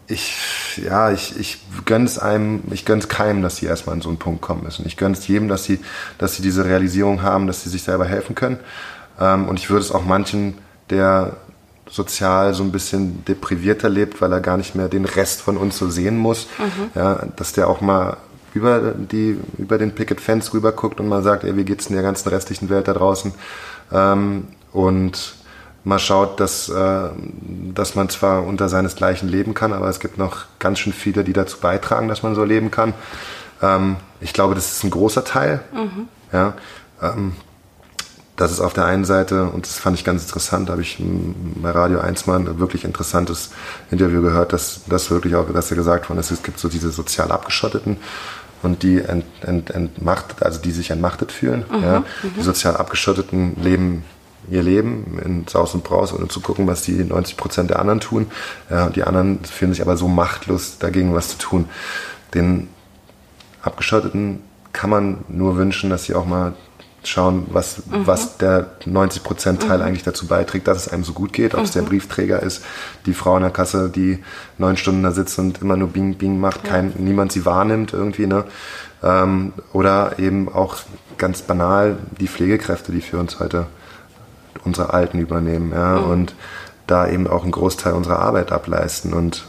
Ich gönn's keinem, dass sie erstmal an so einen Punkt kommen müssen. Ich gönn's jedem, dass sie diese Realisierung haben, dass sie sich selber helfen können. Und ich würde es auch manchen, der sozial so ein bisschen deprivierter lebt, weil er gar nicht mehr den Rest von uns so sehen muss, ja, dass der auch mal über den Picket Fence rüber guckt und mal sagt, ey, wie geht's in der ganzen restlichen Welt da draußen? Und mal schaut, dass man zwar unter seinesgleichen leben kann, aber es gibt noch ganz schön viele, die dazu beitragen, dass man so leben kann. Ich glaube, das ist ein großer Teil. Ja, das ist auf der einen Seite, und das fand ich ganz interessant, da habe ich bei Radio 1 mal ein wirklich interessantes Interview gehört, dass wirklich auch, dass er gesagt wurde, es gibt so diese sozial Abgeschotteten und die die sich entmachtet fühlen. Ja. Die sozial Abgeschotteten leben ihr Leben in Saus und Braus, ohne zu gucken, was die 90% der anderen tun. Ja, und die anderen fühlen sich aber so machtlos, dagegen was zu tun. Den Abgeschotteten kann man nur wünschen, dass sie auch mal schauen, was der 90% Teil eigentlich dazu beiträgt, dass es einem so gut geht. Ob es der Briefträger ist, die Frau in der Kasse, die 9 Stunden da sitzt und immer nur Bing, Bing macht, niemand sie wahrnimmt irgendwie, ne? Oder eben auch ganz banal die Pflegekräfte, die für uns heute unsere Alten übernehmen, ja, und da eben auch einen Großteil unserer Arbeit ableisten. Und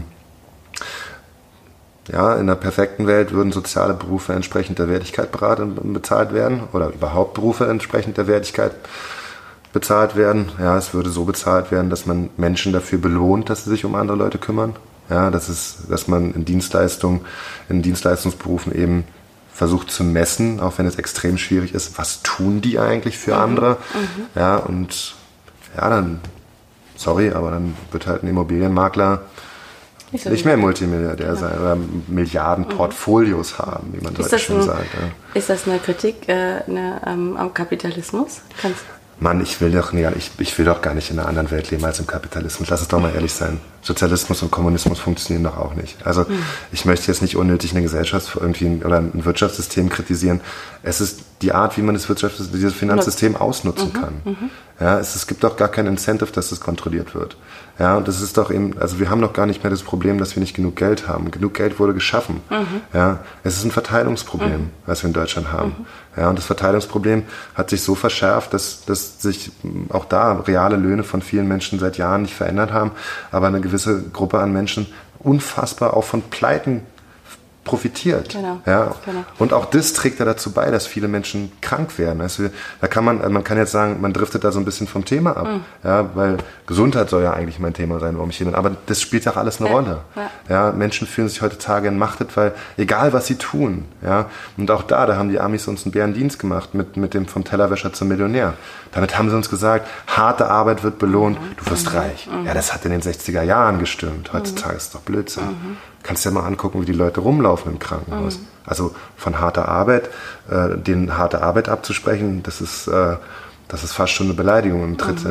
in einer perfekten Welt würden soziale Berufe entsprechend der Wertigkeit bezahlt werden oder überhaupt Berufe entsprechend der Wertigkeit bezahlt werden. Ja, es würde so bezahlt werden, dass man Menschen dafür belohnt, dass sie sich um andere Leute kümmern. Ja, dass man in Dienstleistungsberufen eben versucht zu messen, auch wenn es extrem schwierig ist, was tun die eigentlich für andere. Ja, und dann, sorry, aber dann wird halt ein Immobilienmakler nicht mehr Multimilliardär sein oder Milliardenportfolios haben, wie man heute schön sagt. Ja. Ist das eine Kritik am Kapitalismus? Mann, ich will doch gar nicht in einer anderen Welt leben als im Kapitalismus. Lass es doch mal ehrlich sein. Sozialismus und Kommunismus funktionieren doch auch nicht. Also ich möchte jetzt nicht unnötig eine Gesellschaft oder ein Wirtschaftssystem kritisieren. Es ist die Art, wie man dieses Finanzsystem ausnutzen kann. Ja, es gibt doch gar kein Incentive, dass es kontrolliert wird. Ja, und das ist doch eben, also wir haben doch gar nicht mehr das Problem, dass wir nicht genug Geld haben. Genug Geld wurde geschaffen. Ja, es ist ein Verteilungsproblem, was wir in Deutschland haben. Ja, und das Verteilungsproblem hat sich so verschärft, dass sich auch da reale Löhne von vielen Menschen seit Jahren nicht verändert haben, aber eine gewisse Gruppe an Menschen unfassbar auch von Pleiten profitiert. Genau. Ja. Und auch das trägt ja dazu bei, dass viele Menschen krank werden. Also man kann jetzt sagen, man driftet da so ein bisschen vom Thema ab. Ja, weil Gesundheit soll ja eigentlich mein Thema sein, warum ich hier bin. Aber das spielt ja auch alles eine Rolle. Ja, Menschen fühlen sich heutzutage entmachtet, weil egal was sie tun. Ja, und auch da haben die Amis uns einen Bärendienst gemacht mit dem vom Tellerwäscher zum Millionär. Damit haben sie uns gesagt, harte Arbeit wird belohnt, du wirst reich. Ja, das hat in den 60er Jahren gestimmt. Heutzutage ist es doch Blödsinn. Kannst dir mal angucken, wie die Leute rumlaufen im Krankenhaus. Also von harter Arbeit, denen harte Arbeit abzusprechen, das ist fast schon eine Beleidigung, ein Tritt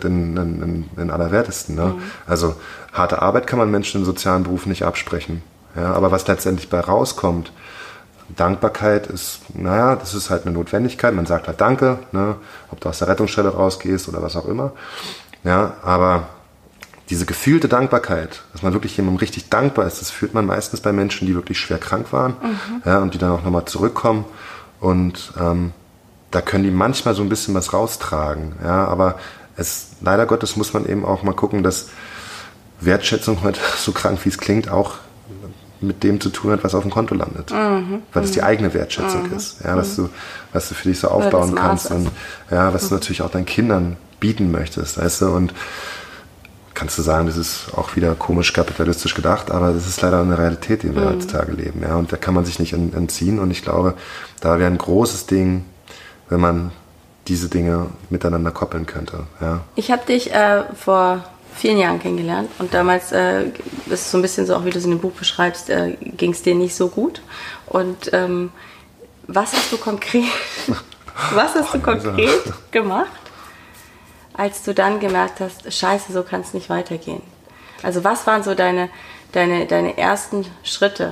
in Allerwertesten. Ne? Also harte Arbeit kann man Menschen in sozialen Berufen nicht absprechen. Ja? Aber was letztendlich bei rauskommt, Dankbarkeit ist, das ist halt eine Notwendigkeit. Man sagt halt Danke, ne? Ob du aus der Rettungsstelle rausgehst oder was auch immer. Ja, aber diese gefühlte Dankbarkeit, dass man wirklich jemandem richtig dankbar ist, das fühlt man meistens bei Menschen, die wirklich schwer krank waren, ja, und die dann auch nochmal zurückkommen. Und da können die manchmal so ein bisschen was raustragen. Ja, aber leider Gottes muss man eben auch mal gucken, dass Wertschätzung heute, so krank wie es klingt, auch mit dem zu tun hat, was auf dem Konto landet. Weil es die eigene Wertschätzung ist. Ja, was du für dich so aufbauen kannst. Und ja, was du natürlich auch deinen Kindern bieten möchtest. Weißt du? Und kannst du sagen, das ist auch wieder komisch kapitalistisch gedacht, aber das ist leider eine Realität, die wir heutzutage leben. Ja? Und da kann man sich nicht entziehen. Und ich glaube, da wäre ein großes Ding, wenn man diese Dinge miteinander koppeln könnte. Ja? Ich habe dich vor vielen Jahren kennengelernt und damals, das ist so ein bisschen so, auch wie du es in dem Buch beschreibst, ging es dir nicht so gut. Und was hast du konkret gemacht, als du dann gemerkt hast, scheiße, so kann es nicht weitergehen? Also was waren so deine ersten Schritte,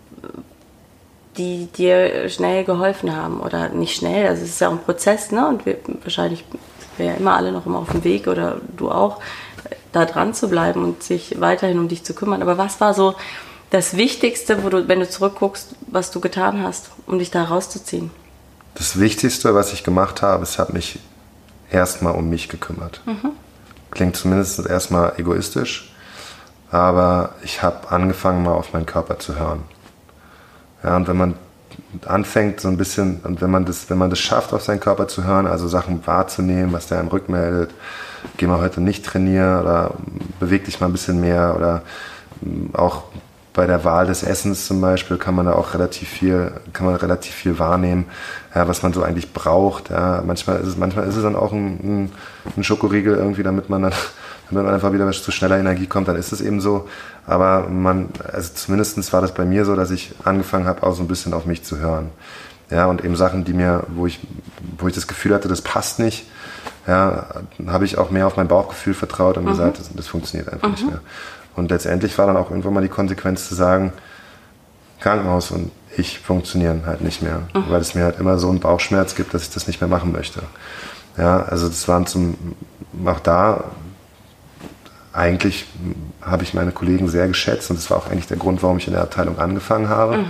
die dir schnell geholfen haben? Oder nicht schnell, also es ist ja auch ein Prozess, ne? Und wahrscheinlich sind wir ja immer alle noch immer auf dem Weg, oder du auch. da dran zu bleiben und sich weiterhin um dich zu kümmern. Aber was war so das Wichtigste, wenn du zurückguckst, was du getan hast, um dich da rauszuziehen? Das Wichtigste, was ich gemacht habe, ist, ich habe mich erstmal um mich gekümmert. Klingt zumindest erstmal egoistisch, aber ich habe angefangen, mal auf meinen Körper zu hören. Ja, und wenn man anfängt so ein bisschen, und wenn man das schafft, auf seinen Körper zu hören, also Sachen wahrzunehmen, was der einem rückmeldet, geh mal heute nicht trainieren oder beweg dich mal ein bisschen mehr, oder auch bei der Wahl des Essens zum Beispiel kann man relativ viel wahrnehmen, ja, was man so eigentlich braucht. Ja. Manchmal ist es dann auch ein Schokoriegel irgendwie, damit man einfach wieder zu schneller Energie kommt, dann ist es eben so. Aber also zumindest war das bei mir so, dass ich angefangen habe, auch so ein bisschen auf mich zu hören. Ja, und eben Sachen, wo ich das Gefühl hatte, das passt nicht, ja, habe ich auch mehr auf mein Bauchgefühl vertraut und gesagt, das funktioniert einfach nicht mehr. Und letztendlich war dann auch irgendwann mal die Konsequenz zu sagen, Krankenhaus und ich funktionieren halt nicht mehr, weil es mir halt immer so einen Bauchschmerz gibt, dass ich das nicht mehr machen möchte. Ja, also das waren auch da, eigentlich habe ich meine Kollegen sehr geschätzt und das war auch eigentlich der Grund, warum ich in der Abteilung angefangen habe.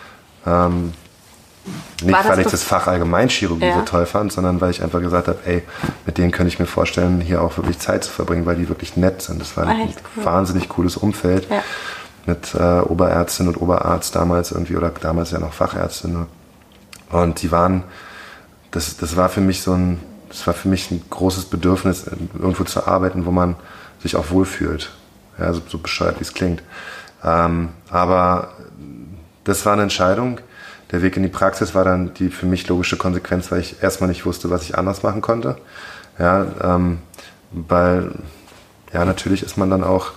Nicht, weil ich das Fach Allgemeinchirurgie so toll fand, sondern weil ich einfach gesagt habe, ey, mit denen könnte ich mir vorstellen, hier auch wirklich Zeit zu verbringen, weil die wirklich nett sind. Das war ein wahnsinnig cooles Umfeld mit Oberärztin und Oberarzt damals irgendwie, oder damals ja noch Fachärztin. Und die waren, das war für mich ein großes Bedürfnis, irgendwo zu arbeiten, wo man sich auch wohlfühlt. Ja, so bescheuert, wie es klingt. Aber das war eine Entscheidung. Der Weg in die Praxis war dann die für mich logische Konsequenz, weil ich erstmal nicht wusste, was ich anders machen konnte. Ja, weil, ja, natürlich ist man dann auch,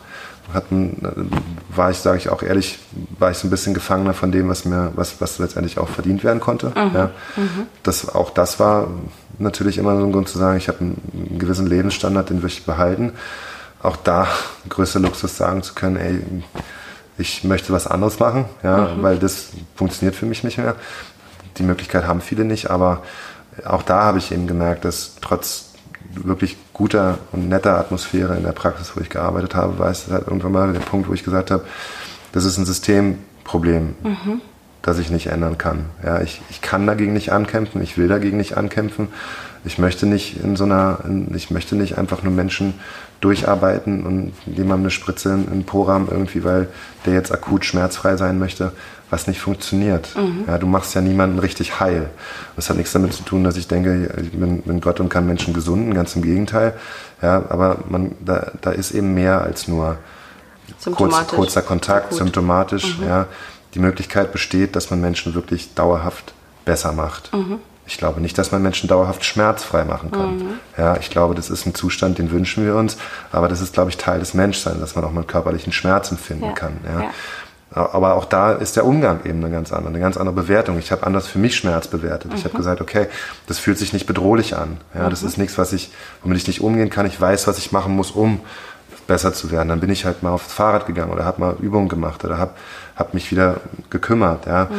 sage ich auch ehrlich, war ich so ein bisschen Gefangener von dem, was letztendlich auch verdient werden konnte. Ja. Das war natürlich immer so ein Grund zu sagen, ich habe einen gewissen Lebensstandard, den will ich behalten. Auch da größter Luxus sagen zu können, ey, ich möchte was anderes machen, ja, weil das funktioniert für mich nicht mehr. Die Möglichkeit haben viele nicht, aber auch da habe ich eben gemerkt, dass trotz wirklich guter und netter Atmosphäre in der Praxis, wo ich gearbeitet habe, war es halt irgendwann mal der Punkt, wo ich gesagt habe, das ist ein Systemproblem, das ich nicht ändern kann. Ja, ich kann dagegen nicht ankämpfen, ich will dagegen nicht ankämpfen. Ich möchte nicht einfach nur Menschen durcharbeiten und jemandem eine Spritze in den Po-Rahmen irgendwie, weil der jetzt akut schmerzfrei sein möchte, was nicht funktioniert. Ja, du machst ja niemanden richtig heil. Das hat nichts damit zu tun, dass ich denke, ich bin Gott und kann Menschen gesunden, ganz im Gegenteil. Ja, aber da ist eben mehr als nur kurzer Kontakt, symptomatisch. Ja. Die Möglichkeit besteht, dass man Menschen wirklich dauerhaft besser macht. Ich glaube nicht, dass man Menschen dauerhaft schmerzfrei machen kann. Ja, ich glaube, das ist ein Zustand, den wünschen wir uns, aber das ist, glaube ich, Teil des Menschseins, dass man auch mal körperlichen Schmerz empfinden kann. Ja. Aber auch da ist der Umgang eben eine ganz andere Bewertung. Ich habe anders für mich Schmerz bewertet. Ich habe gesagt, okay, das fühlt sich nicht bedrohlich an. Ja, das ist nichts, womit ich nicht umgehen kann. Ich weiß, was ich machen muss, um besser zu werden. Dann bin ich halt mal aufs Fahrrad gegangen oder habe mal Übungen gemacht oder habe mich wieder gekümmert. Ja.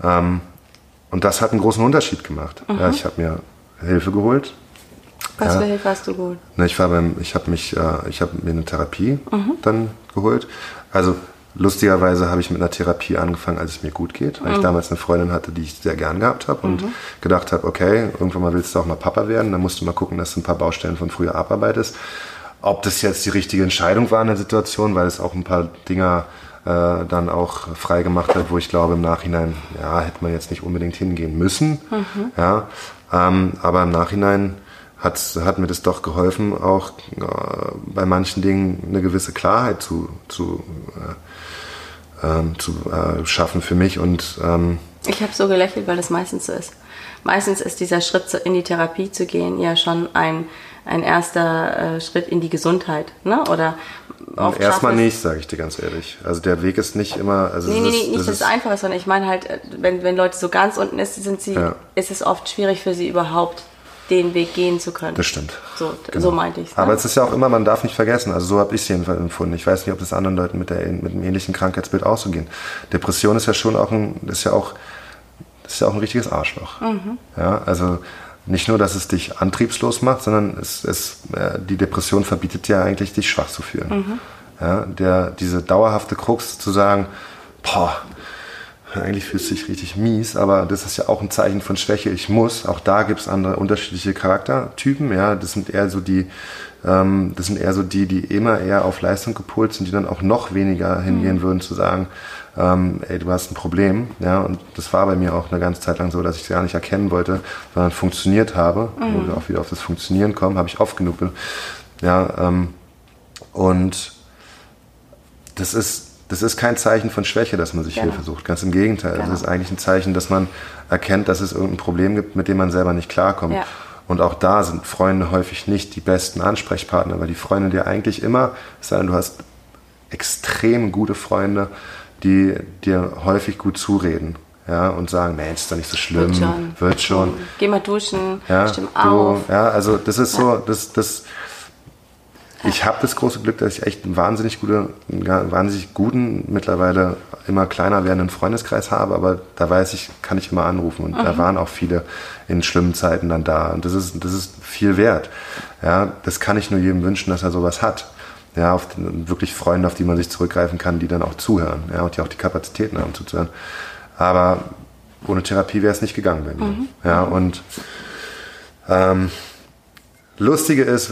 Und das hat einen großen Unterschied gemacht. Ja, ich habe mir Hilfe geholt. Was für Hilfe hast du geholt? Ich habe mir eine Therapie dann geholt. Also lustigerweise habe ich mit einer Therapie angefangen, als es mir gut geht, weil ich damals eine Freundin hatte, die ich sehr gern gehabt habe und gedacht habe, okay, irgendwann mal willst du auch mal Papa werden, dann musst du mal gucken, dass du ein paar Baustellen von früher abarbeitest. Ob das jetzt die richtige Entscheidung war in der Situation, weil es auch ein paar Dinger dann auch frei gemacht hat, wo ich glaube im Nachhinein, ja, hätte man jetzt nicht unbedingt hingehen müssen. Ja, aber im Nachhinein hat mir das doch geholfen, auch bei manchen Dingen eine gewisse Klarheit zu schaffen für mich. Und ich habe so gelächelt, weil das meistens so ist. Meistens ist dieser Schritt in die Therapie zu gehen ja schon ein erster Schritt in die Gesundheit, ne? Oder oft erstmal nicht, sage ich dir ganz ehrlich. Also der Weg ist nicht immer... Also nicht, dass es einfach ist, sondern ich meine halt, wenn Leute so ganz unten ist es oft schwierig für sie überhaupt den Weg gehen zu können. Das stimmt. So meinte ich es. Ne? Aber es ist ja auch immer, man darf nicht vergessen, also so habe ich es jedenfalls empfunden. Ich weiß nicht, ob das anderen Leuten mit einem ähnlichen Krankheitsbild auch so gehen. Depression ist ja schon auch ein richtiges Arschloch. Ja, also nicht nur, dass es dich antriebslos macht, sondern die Depression verbietet dir eigentlich, dich schwach zu fühlen. Ja, diese dauerhafte Krux zu sagen, boah, eigentlich fühlst du dich richtig mies, aber das ist ja auch ein Zeichen von Schwäche, ich muss. Auch da gibt es andere unterschiedliche Charaktertypen. Ja, das sind eher so die, die immer eher auf Leistung gepolt sind, die dann auch noch weniger hingehen würden zu sagen, ey, du hast ein Problem. Ja, und das war bei mir auch eine ganze Zeit lang so, dass ich es gar nicht erkennen wollte, sondern funktioniert habe. Wo wir auch wieder auf das Funktionieren kommen, habe ich oft genug. Ja, und das ist kein Zeichen von Schwäche, dass man sich Hilfe sucht. Ganz im Gegenteil. Das ist eigentlich ein Zeichen, dass man erkennt, dass es irgendein Problem gibt, mit dem man selber nicht klarkommt. Ja. Und auch da sind Freunde häufig nicht die besten Ansprechpartner, weil die Freunde dir eigentlich immer, es sei denn, du hast extrem gute Freunde, die dir häufig gut zureden. Ja, und sagen, Mensch, ist doch nicht so schlimm, wird schon. Geh mal duschen, stimm auf. Ja, also das ist so, ich habe das große Glück, dass ich echt einen wahnsinnig guten, mittlerweile immer kleiner werdenden Freundeskreis habe, aber da weiß ich, kann ich immer anrufen und da waren auch viele in schlimmen Zeiten dann da und das ist viel wert. Ja, das kann ich nur jedem wünschen, dass er sowas hat. Ja, wirklich Freunde, auf die man sich zurückgreifen kann, die dann auch zuhören, ja, und die auch die Kapazitäten haben zuzuhören. Aber ohne Therapie wäre es nicht gegangen bei mir. Ja, und Lustige ist,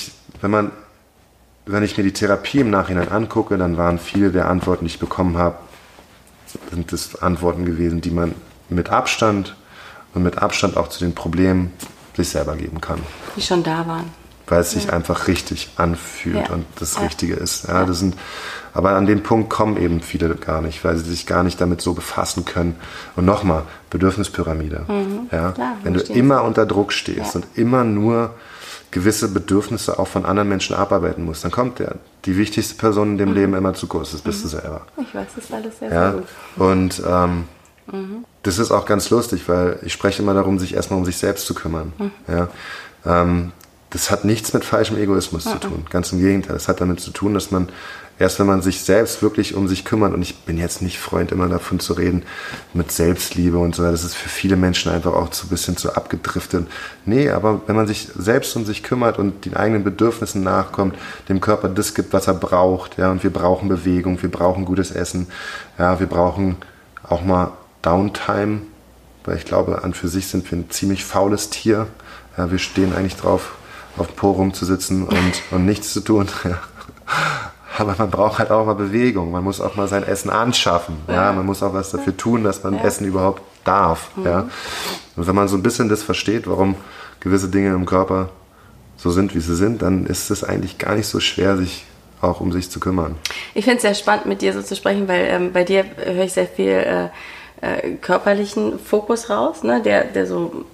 wenn ich mir die Therapie im Nachhinein angucke, dann waren viele der Antworten, die ich bekommen habe, sind das Antworten gewesen, die man mit Abstand auch zu den Problemen sich selber geben kann. Die schon da waren. Weil es sich einfach richtig anfühlt und das Richtige ist. Ja, aber an den Punkt kommen eben viele gar nicht, weil sie sich gar nicht damit so befassen können. Und nochmal, Bedürfnispyramide. Ja? Klar, wenn du immer unter Druck stehst und immer nur gewisse Bedürfnisse auch von anderen Menschen abarbeiten musst, dann kommt die wichtigste Person in dem Leben immer zu kurz. Das bist du selber. Ich weiß das alles sehr gut. Und das ist auch ganz lustig, weil ich spreche immer darum, sich erstmal um sich selbst zu kümmern. Ja? Das hat nichts mit falschem Egoismus zu tun. Ganz im Gegenteil. Das hat damit zu tun, dass man erst, wenn man sich selbst wirklich um sich kümmert, und ich bin jetzt nicht Freund, immer davon zu reden, mit Selbstliebe und so, das ist für viele Menschen einfach auch so ein bisschen zu abgedriftet. Nee, aber wenn man sich selbst um sich kümmert und den eigenen Bedürfnissen nachkommt, dem Körper das gibt, was er braucht, ja, und wir brauchen Bewegung, wir brauchen gutes Essen, ja, wir brauchen auch mal Downtime, weil ich glaube, an für sich sind wir ein ziemlich faules Tier. Ja, wir stehen eigentlich drauf, auf dem Po rumzusitzen und nichts zu tun. Ja. Aber man braucht halt auch mal Bewegung. Man muss auch mal sein Essen anschaffen. Ja. Man muss auch was dafür tun, dass man Essen überhaupt darf. Ja. Und wenn man so ein bisschen das versteht, warum gewisse Dinge im Körper so sind, wie sie sind, dann ist es eigentlich gar nicht so schwer, sich auch um sich zu kümmern. Ich finde es sehr spannend, mit dir so zu sprechen, weil bei dir höre ich sehr viel körperlichen Fokus raus, ne, der so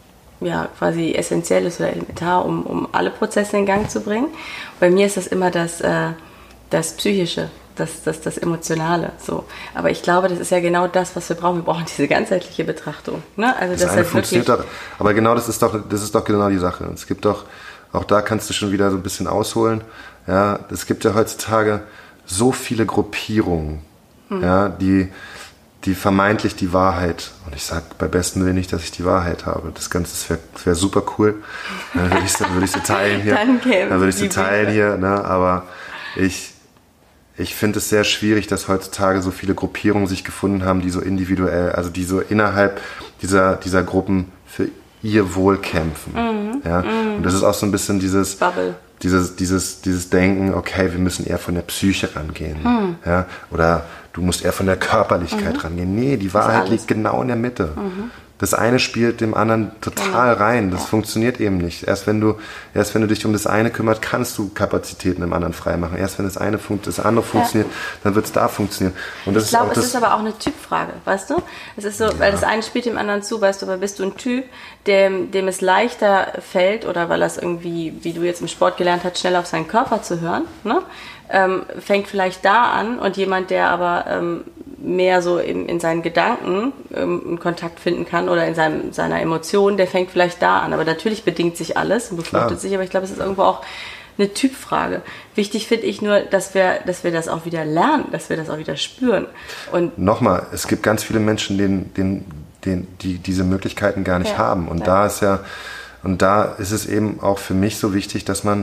quasi essentiell ist oder elementar, um alle Prozesse in Gang zu bringen. Bei mir ist das immer das Psychische, das Emotionale. So. Aber ich glaube, das ist ja genau das, was wir brauchen. Wir brauchen diese ganzheitliche Betrachtung. Ne? Also das eine funktioniert doch, aber genau das ist doch genau die Sache. Es gibt doch, auch da kannst du schon wieder so ein bisschen ausholen. Ja, es gibt ja heutzutage so viele Gruppierungen, ja, die vermeintlich die Wahrheit, und ich sage bei besten Willen nicht, dass ich die Wahrheit habe. Das Ganze wäre super cool. Dann würde ich sie teilen hier. Dann würde ich sie teilen hier. Ne? Aber ich finde es sehr schwierig, dass heutzutage so viele Gruppierungen sich gefunden haben, die so individuell, also die so innerhalb dieser Gruppen für ihr Wohl kämpfen. Ja? Und das ist auch so ein bisschen dieses Bubble. Dieses Denken, okay, wir müssen eher von der Psyche rangehen. Ja? Oder du musst eher von der Körperlichkeit rangehen. Nee, die Wahrheit liegt genau in der Mitte. Das eine spielt dem anderen total rein. Das funktioniert eben nicht. Erst wenn du dich um das eine kümmerst, kannst du Kapazitäten im anderen freimachen. Erst wenn das andere funktioniert, dann wird es da funktionieren. Und das ich glaube, es ist aber auch eine Typfrage, weißt du? Es ist so, weil das eine spielt dem anderen zu, weißt du, aber bist du ein Typ, dem es leichter fällt, oder weil er es irgendwie, wie du jetzt im Sport gelernt hast, schnell auf seinen Körper zu hören, ne? Fängt vielleicht da an, und jemand, der aber mehr so in seinen Gedanken in Kontakt finden kann oder in seiner Emotion, der fängt vielleicht da an. Aber natürlich bedingt sich alles und befruchtet sich, aber ich glaube, es ist irgendwo auch eine Typfrage. Wichtig finde ich nur, dass wir das auch wieder lernen, dass wir das auch wieder spüren. Und nochmal, es gibt ganz viele Menschen, denen die diese Möglichkeiten gar nicht haben. Und da ist es eben auch für mich so wichtig, dass man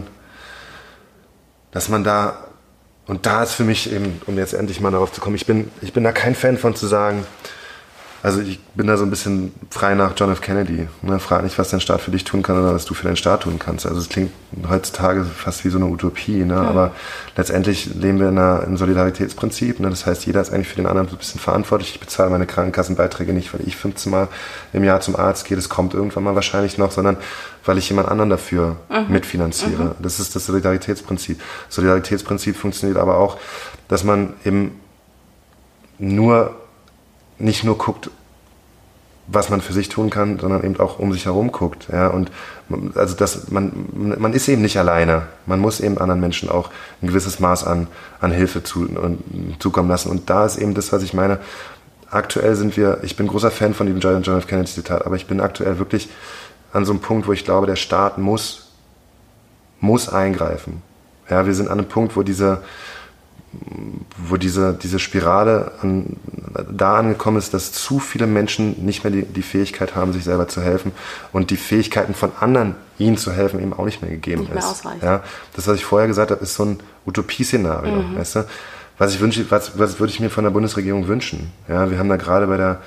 da, und da ist für mich eben, um jetzt endlich mal darauf zu kommen, ich bin da kein Fan von zu sagen, also ich bin da so ein bisschen frei nach John F. Kennedy. Ne? Frag nicht, was dein Staat für dich tun kann oder was du für deinen Staat tun kannst. Also es klingt heutzutage fast wie so eine Utopie, ne? Aber letztendlich leben wir im Solidaritätsprinzip. Ne? Das heißt, jeder ist eigentlich für den anderen so ein bisschen verantwortlich. Ich bezahle meine Krankenkassenbeiträge nicht, weil ich 15 Mal im Jahr zum Arzt gehe. Das kommt irgendwann mal wahrscheinlich noch, sondern weil ich jemand anderen dafür mitfinanziere. Das ist das Solidaritätsprinzip. Solidaritätsprinzip funktioniert aber auch, dass man eben nicht nur guckt, was man für sich tun kann, sondern eben auch um sich herum guckt. Ja? Und also man ist eben nicht alleine. Man muss eben anderen Menschen auch ein gewisses Maß an Hilfe zukommen lassen. Und da ist eben das, was ich meine. Aktuell ich bin großer Fan von dem John F. Kennedy Zitat, aber ich bin aktuell wirklich an so einem Punkt, wo ich glaube, der Staat muss eingreifen. Ja, wir sind an einem Punkt, wo diese Spirale da angekommen ist, dass zu viele Menschen nicht mehr die Fähigkeit haben, sich selber zu helfen und die Fähigkeiten von anderen, ihnen zu helfen, eben auch nicht mehr gegeben ist. Ja, das, was ich vorher gesagt habe, ist so ein Utopie-Szenario. Weißt du? Was würde ich mir von der Bundesregierung wünschen? Ja, wir haben da gerade bei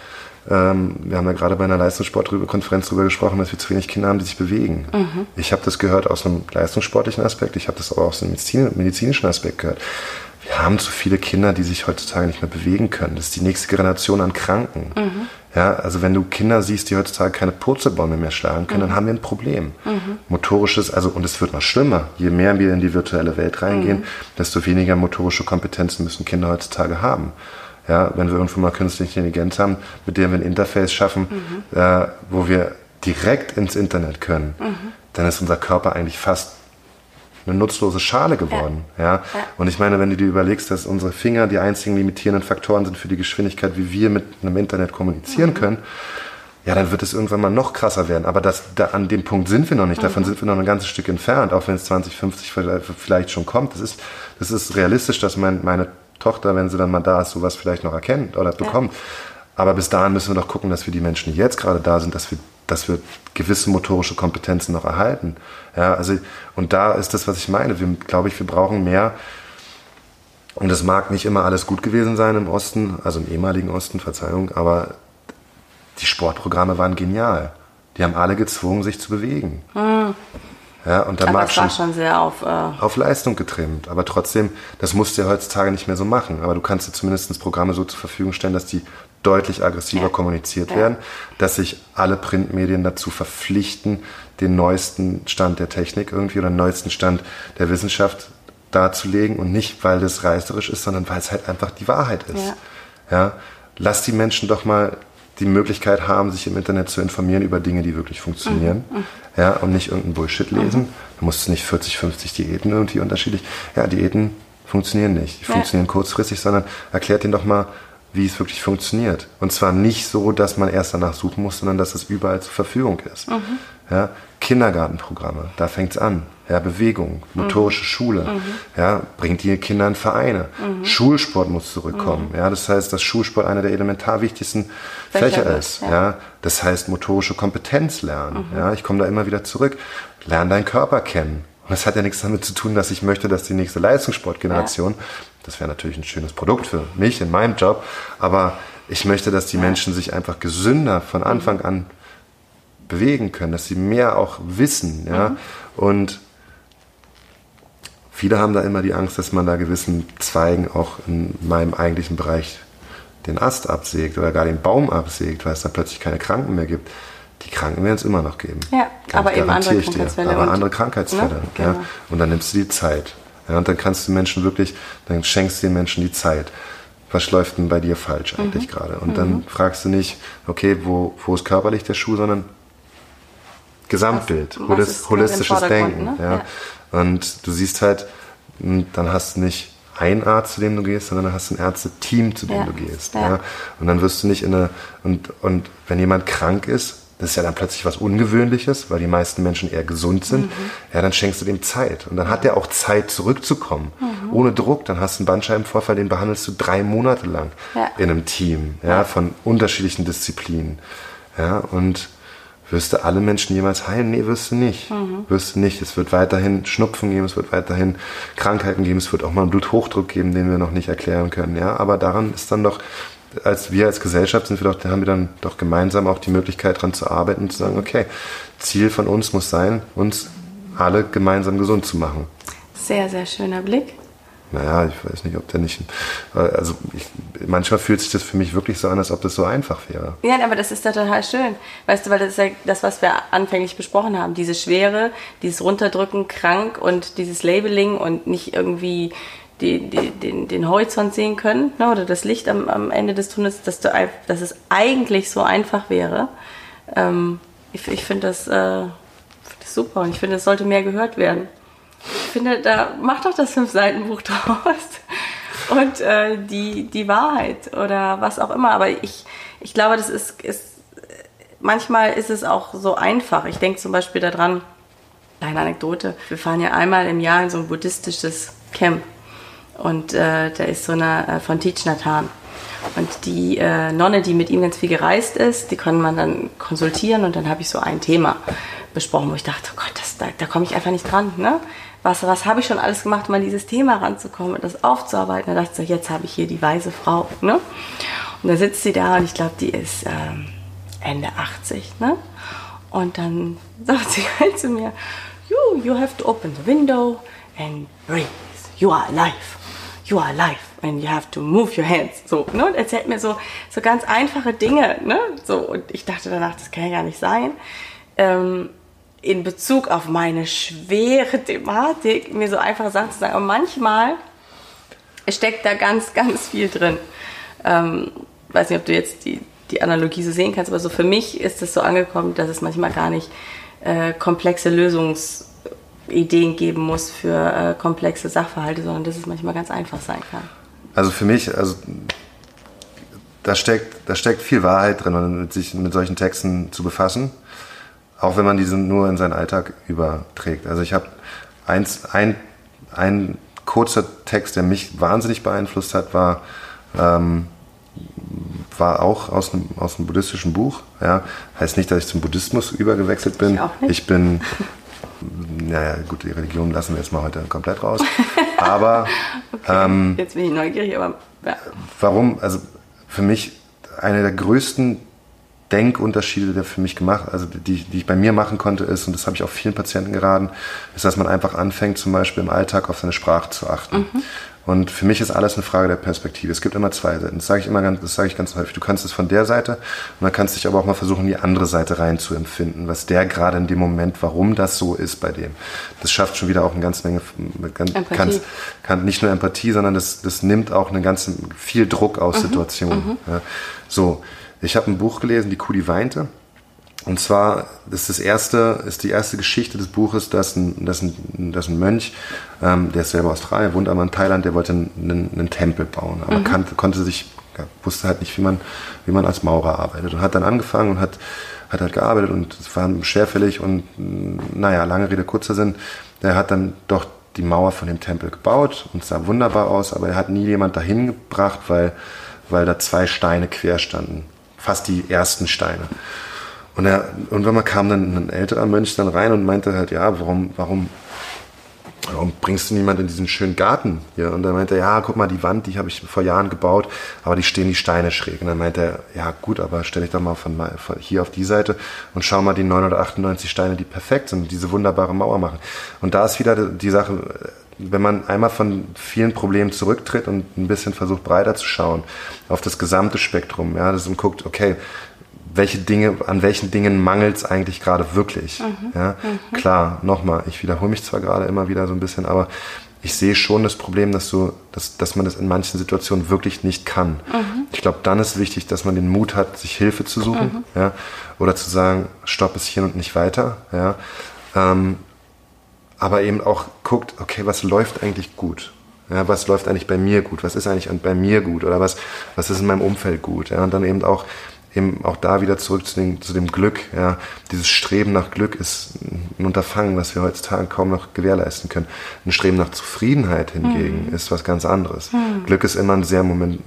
einer Leistungssportkonferenz drüber gesprochen, dass wir zu wenig Kinder haben, die sich bewegen. Ich habe das gehört aus einem leistungssportlichen Aspekt, ich habe das aber aus einem medizinischen Aspekt gehört. Wir haben zu viele Kinder, die sich heutzutage nicht mehr bewegen können. Das ist die nächste Generation an Kranken. Ja, also wenn du Kinder siehst, die heutzutage keine Purzelbäume mehr schlagen können, dann haben wir ein Problem. Motorisches, und es wird noch schlimmer. Je mehr wir in die virtuelle Welt reingehen, desto weniger motorische Kompetenzen müssen Kinder heutzutage haben. Ja, wenn wir irgendwann mal künstliche Intelligenz haben, mit der wir ein Interface schaffen, wo wir direkt ins Internet können, dann ist unser Körper eigentlich fast eine nutzlose Schale geworden. Ja. Und ich meine, wenn du dir überlegst, dass unsere Finger die einzigen limitierenden Faktoren sind für die Geschwindigkeit, wie wir mit einem Internet kommunizieren können, ja, dann wird es irgendwann mal noch krasser werden. Aber an dem Punkt sind wir noch nicht. Davon sind wir noch ein ganzes Stück entfernt, auch wenn es 2050 vielleicht schon kommt. Das ist realistisch, dass meine Tochter, wenn sie dann mal da ist, sowas vielleicht noch erkennt oder bekommt. Aber bis dahin müssen wir doch gucken, dass wir die Menschen, die jetzt gerade da sind, dass wir gewisse motorische Kompetenzen noch erhalten. Ja, und da ist das, was ich meine. Wir brauchen mehr. Und es mag nicht immer alles gut gewesen sein im Osten, also im ehemaligen Osten, Verzeihung, aber die Sportprogramme waren genial. Die haben alle gezwungen, sich zu bewegen. Ja, und dann aber es war schon sehr auf Leistung getrimmt. Aber trotzdem, das musst du ja heutzutage nicht mehr so machen. Aber du kannst dir zumindest Programme so zur Verfügung stellen, dass die deutlich aggressiver kommuniziert werden, dass sich alle Printmedien dazu verpflichten, den neuesten Stand der Technik irgendwie oder den neuesten Stand der Wissenschaft darzulegen und nicht, weil das reißerisch ist, sondern weil es halt einfach die Wahrheit ist. Ja, lass die Menschen doch mal die Möglichkeit haben, sich im Internet zu informieren über Dinge, die wirklich funktionieren. Ja, und nicht irgendeinen Bullshit lesen. Da musst du nicht 40, 50 Diäten irgendwie unterschiedlich. Ja, Diäten funktionieren nicht. Die funktionieren kurzfristig, sondern erklärt denen doch mal, wie es wirklich funktioniert. Und zwar nicht so, dass man erst danach suchen muss, sondern dass es überall zur Verfügung ist. Ja, Kindergartenprogramme, da fängt's an. Ja, Bewegung, motorische Schule, ja, bringt die Kinder in Vereine. Schulsport muss zurückkommen. Ja, das heißt, dass Schulsport einer der elementar wichtigsten Fächer ist. Ja, das heißt, motorische Kompetenz lernen. Ja, ich komme da immer wieder zurück. Lern deinen Körper kennen. Und das hat ja nichts damit zu tun, dass ich möchte, dass die nächste Leistungssportgeneration, das wäre natürlich ein schönes Produkt für mich in meinem Job, aber ich möchte, dass die Menschen sich einfach gesünder von Anfang an bewegen können, dass sie mehr auch wissen. Ja? Und viele haben da immer die Angst, dass man da gewissen Zweigen auch in meinem eigentlichen Bereich den Ast absägt oder gar den Baum absägt, weil es da plötzlich keine Kranken mehr gibt. Die Kranken werden es immer noch geben. Ja, aber eben andere Krankheitsfälle. Aber andere Krankheitsfälle. Ne? Genau. Ja. Und dann nimmst du die Zeit. Ja, und dann kannst du Menschen wirklich, dann schenkst du den Menschen die Zeit. Was läuft denn bei dir falsch eigentlich gerade? Und dann fragst du nicht, okay, wo ist körperlich der Schuh, sondern Gesamtbild, holistisches Denken. Ne? Ja. Und du siehst halt, dann hast du nicht einen Arzt, zu dem du gehst, sondern dann hast du ein Ärzte-Team, zu dem du gehst. Ja. Und dann wirst du nicht und wenn jemand krank ist, das ist ja dann plötzlich was Ungewöhnliches, weil die meisten Menschen eher gesund sind, ja, dann schenkst du dem Zeit. Und dann hat er auch Zeit, zurückzukommen. ohne Druck, dann hast du einen Bandscheibenvorfall, den behandelst du 3 Monate lang in einem Team, von unterschiedlichen Disziplinen. Ja, und wirst du alle Menschen jemals heilen? Nee, wirst du nicht. Wirst du nicht. Es wird weiterhin Schnupfen geben, es wird weiterhin Krankheiten geben, es wird auch mal einen Bluthochdruck geben, den wir noch nicht erklären können. Ja, aber daran ist dann doch, wir als Gesellschaft haben wir dann doch gemeinsam auch die Möglichkeit, daran zu arbeiten und zu sagen, okay, Ziel von uns muss sein, uns alle gemeinsam gesund zu machen. Sehr, sehr schöner Blick. Naja, ich weiß nicht, ob der nicht... Also manchmal fühlt sich das für mich wirklich so an, als ob das so einfach wäre. Ja, aber das ist ja total schön. Weißt du, weil das ist ja das, was wir anfänglich besprochen haben. Diese Schwere, dieses Runterdrücken, krank und dieses Labeling und nicht irgendwie den Horizont sehen können, ne, oder das Licht am Ende des Tunnels, dass es eigentlich so einfach wäre. Ich finde das super und ich finde, es sollte mehr gehört werden. Ich finde, da mach doch das 5-Seiten-Buch draus und die Wahrheit oder was auch immer. Aber ich glaube, das ist manchmal ist es auch so einfach. Ich denke zum Beispiel daran, kleine Anekdote, wir fahren ja einmal im Jahr in so ein buddhistisches Camp und da ist so eine von Thich Nhat Hanh. Und die Nonne, die mit ihm ganz viel gereist ist, die konnte man dann konsultieren und dann habe ich so ein Thema besprochen, wo ich dachte, oh Gott, da komme ich einfach nicht dran, ne? Was habe ich schon alles gemacht, um an dieses Thema ranzukommen und das aufzuarbeiten? Da dachte ich so, jetzt habe ich hier die weise Frau, ne? Und da sitzt sie da und ich glaube, die ist Ende 80, ne? Und dann sagt sie halt zu mir, you have to open the window and breathe. You are alive. You are alive. And you have to move your hands. So, ne? Und erzählt mir so ganz einfache Dinge, ne? So, und ich dachte danach, das kann ja gar nicht sein. In Bezug auf meine schwere Thematik, mir so einfache Sachen zu sagen. Aber manchmal steckt da ganz, ganz viel drin. Weiß nicht, ob du jetzt die Analogie so sehen kannst, aber so für mich ist es so angekommen, dass es manchmal gar nicht komplexe Lösungsideen geben muss für komplexe Sachverhalte, sondern dass es manchmal ganz einfach sein kann. Also für mich, da steckt viel Wahrheit drin, sich mit solchen Texten zu befassen. Auch wenn man diese nur in seinen Alltag überträgt. Also ich habe ein kurzer Text, der mich wahnsinnig beeinflusst hat, war auch aus einem buddhistischen Buch. Ja. Heißt nicht, dass ich zum Buddhismus übergewechselt bin. Ich auch nicht. Ich bin, naja gut, die Religion lassen wir jetzt mal heute komplett raus. Aber okay, jetzt bin ich neugierig, aber ja. Warum? Also für mich einer der größten Denkunterschiede, die für mich gemacht, also die ich bei mir machen konnte, ist, und das habe ich auch vielen Patienten geraten, ist, dass man einfach anfängt, zum Beispiel im Alltag auf seine Sprache zu achten. Und für mich ist alles eine Frage der Perspektive. Es gibt immer zwei Seiten. Das sage ich ganz häufig. Du kannst es von der Seite und dann kannst du dich aber auch mal versuchen, die andere Seite rein zu empfinden, was der gerade in dem Moment, warum das so ist bei dem. Das schafft schon wieder auch eine ganze Menge, kann nicht nur Empathie, sondern das nimmt auch viel Druck aus Situationen. Ja. So. Ich habe ein Buch gelesen, Die Kuh, die weinte. Und zwar ist die erste Geschichte des Buches, dass ein Mönch, der ist selber Australier, wohnt aber in Thailand, der wollte einen Tempel bauen, aber wusste halt nicht, wie man als Maurer arbeitet. Und hat dann angefangen und hat halt gearbeitet und es war schwerfällig und naja, lange Rede, kurzer Sinn, der hat dann doch die Mauer von dem Tempel gebaut und es sah wunderbar aus, aber er hat nie jemand dahin gebracht, weil da 2 Steine quer standen. Fast die ersten Steine. Und irgendwann kam dann ein älterer Mönch dann rein und meinte halt, ja, warum bringst du niemand in diesen schönen Garten hier? Und dann meinte er, ja, guck mal, die Wand, die habe ich vor Jahren gebaut, aber die stehen die Steine schräg. Und dann meinte er, ja gut, aber stell dich doch mal von hier auf die Seite und schau mal die 998 Steine, die perfekt sind und diese wunderbare Mauer machen. Und da ist wieder die Sache, wenn man einmal von vielen Problemen zurücktritt und ein bisschen versucht, breiter zu schauen, auf das gesamte Spektrum, ja, und guckt, okay, an welchen Dingen mangelt es eigentlich gerade wirklich? Ja? Klar, nochmal, ich wiederhole mich zwar gerade immer wieder so ein bisschen, aber ich sehe schon das Problem, dass man das in manchen Situationen wirklich nicht kann. Ich glaube, dann ist wichtig, dass man den Mut hat, sich Hilfe zu suchen, ja? Oder zu sagen, stopp es hier und nicht weiter. Ja? Aber eben auch guckt, okay, was läuft eigentlich gut? Ja, was läuft eigentlich bei mir gut? Was ist eigentlich bei mir gut? Oder was ist in meinem Umfeld gut? Ja, und dann eben auch eben auch da wieder zurück zu dem Glück. Ja. Dieses Streben nach Glück ist ein Unterfangen, was wir heutzutage kaum noch gewährleisten können. Ein Streben nach Zufriedenheit hingegen ist was ganz anderes. Glück ist immer ein sehr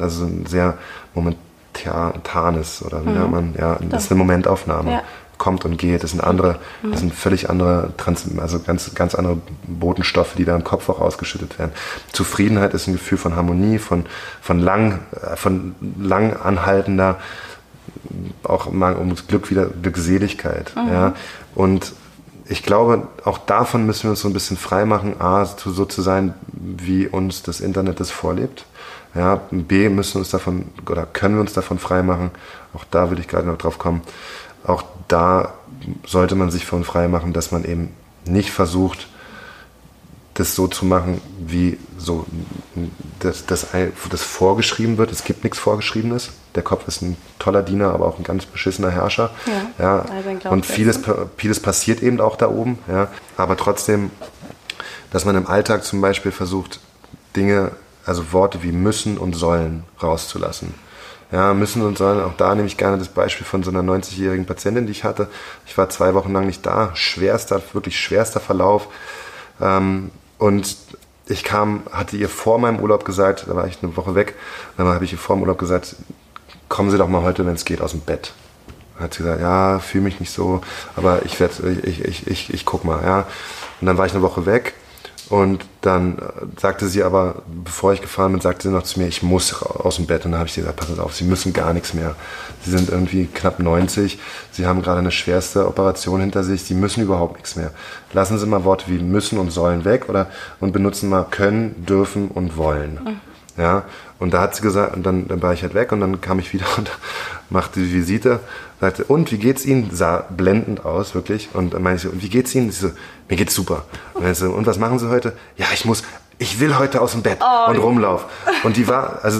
momentanes, oder wie nennt man, ja, das ist eine Momentaufnahme. Ja. Kommt und geht, das sind völlig andere, also ganz andere Botenstoffe, die da im Kopf auch ausgeschüttet werden. Zufriedenheit ist ein Gefühl von Harmonie, von lang anhaltender, auch mal um das Glück wieder Glückseligkeit. Ja. Und ich glaube, auch davon müssen wir uns so ein bisschen frei machen, A, so zu sein, wie uns das Internet das vorlebt. Ja, B, können wir uns davon frei machen, auch da will ich gerade noch drauf kommen, auch da sollte man sich von frei machen, dass man eben nicht versucht, das so zu machen, wie so das vorgeschrieben wird. Es gibt nichts Vorgeschriebenes. Der Kopf ist ein toller Diener, aber auch ein ganz beschissener Herrscher. Ja. Und vieles passiert eben auch da oben. Ja. Aber trotzdem, dass man im Alltag zum Beispiel versucht, Dinge, also Worte wie müssen und sollen rauszulassen. Ja, müssen und sollen, auch da nehme ich gerne das Beispiel von so einer 90-jährigen Patientin, die ich hatte. Ich war 2 Wochen lang nicht da, wirklich schwerster Verlauf. Und ich hatte ihr vor meinem Urlaub gesagt, da war ich eine Woche weg, dann habe ich ihr vor dem Urlaub gesagt, kommen Sie doch mal heute, wenn es geht, aus dem Bett. Dann hat sie gesagt, ja, fühle mich nicht so, aber ich guck mal, ja. Und dann war ich eine Woche weg. Und dann sagte sie aber, bevor ich gefahren bin, sagte sie noch zu mir, ich muss aus dem Bett. Und dann habe ich gesagt, passen Sie auf, Sie müssen gar nichts mehr. Sie sind irgendwie knapp 90, Sie haben gerade eine schwerste Operation hinter sich, Sie müssen überhaupt nichts mehr. Lassen Sie mal Worte wie müssen und sollen weg und benutzen mal können, dürfen und wollen. Ja, und da hat sie gesagt, und dann war ich halt weg und dann kam ich wieder und machte die Visite, sagte, und wie geht's Ihnen? Sah blendend aus, wirklich. Und dann meinte ich so, und wie geht's Ihnen? Sie so, mir geht's super. Und dann so, und was machen Sie heute? Ja, ich will heute aus dem Bett und rumlaufen. Und die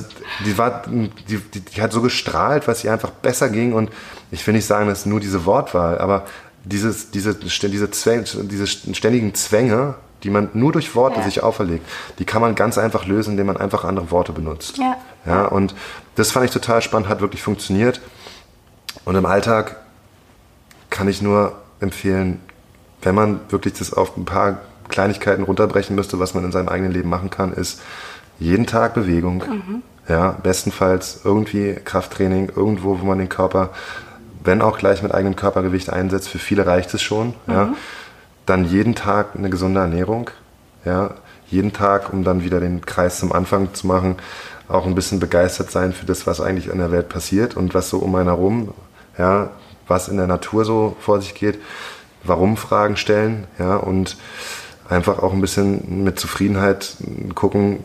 hat so gestrahlt, was ihr einfach besser ging. Und ich will nicht sagen, dass nur diese Wortwahl, aber diese ständigen Zwänge, die man nur durch Worte sich auferlegt, die kann man ganz einfach lösen, indem man einfach andere Worte benutzt. Ja, und das fand ich total spannend, hat wirklich funktioniert. Und im Alltag kann ich nur empfehlen, wenn man wirklich das auf ein paar Kleinigkeiten runterbrechen müsste, was man in seinem eigenen Leben machen kann, ist jeden Tag Bewegung. Ja, bestenfalls irgendwie Krafttraining, irgendwo, wo man den Körper, wenn auch gleich mit eigenem Körpergewicht einsetzt, für viele reicht es schon. Ja. Dann jeden Tag eine gesunde Ernährung. Ja. Jeden Tag, um dann wieder den Kreis zum Anfang zu machen, auch ein bisschen begeistert sein für das, was eigentlich in der Welt passiert und was so um einen herum, ja, was in der Natur so vor sich geht. Warum-Fragen stellen, ja, und einfach auch ein bisschen mit Zufriedenheit gucken,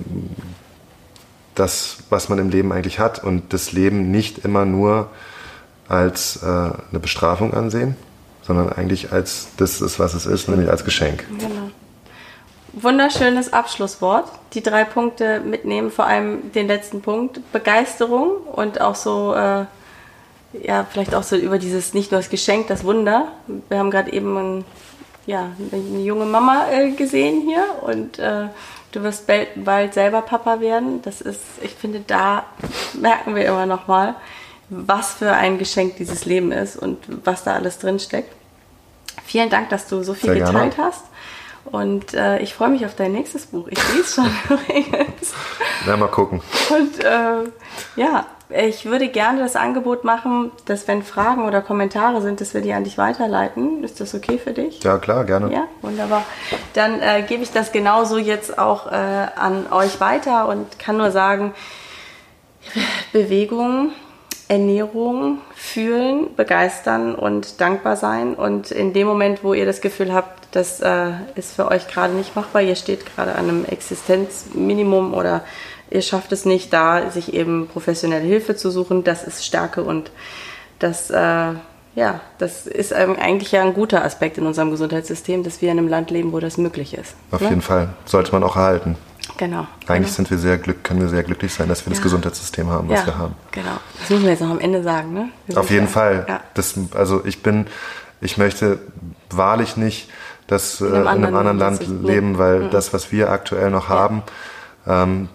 das, was man im Leben eigentlich hat und das Leben nicht immer nur als eine Bestrafung ansehen, sondern eigentlich als das ist, was es ist, nämlich als Geschenk. Genau. Wunderschönes Abschlusswort. Die 3 Punkte mitnehmen, vor allem den letzten Punkt, Begeisterung und auch so, vielleicht auch so über dieses, nicht nur das Geschenk, das Wunder. Wir haben gerade eben eine junge Mama gesehen hier und du wirst bald selber Papa werden. Das ist, ich finde, da merken wir immer noch mal, was für ein Geschenk dieses Leben ist und was da alles drin steckt. Vielen Dank, dass du so viel geteilt hast. Und ich freue mich auf dein nächstes Buch. Ich lese schon übrigens. Na, mal gucken. Und ich würde gerne das Angebot machen, dass wenn Fragen oder Kommentare sind, dass wir die an dich weiterleiten. Ist das okay für dich? Ja, klar, gerne. Ja, wunderbar. Dann gebe ich das genauso jetzt auch an euch weiter und kann nur sagen, Bewegung, Ernährung, fühlen, begeistern und dankbar sein. Und in dem Moment, wo ihr das Gefühl habt, das ist für euch gerade nicht machbar, ihr steht gerade an einem Existenzminimum oder ihr schafft es nicht, da sich eben professionelle Hilfe zu suchen, das ist Stärke und das ist eigentlich ja ein guter Aspekt in unserem Gesundheitssystem, dass wir in einem Land leben, wo das möglich ist. Auf jeden Fall. Sollte man auch erhalten. Genau. Eigentlich können wir sehr glücklich sein, dass wir das Gesundheitssystem haben, was wir haben. Genau. Das müssen wir jetzt noch am Ende sagen, ne? Auf jeden Fall. Ja. Ich möchte wahrlich nicht, dass in einem anderen Land leben, weil das, was wir aktuell noch haben,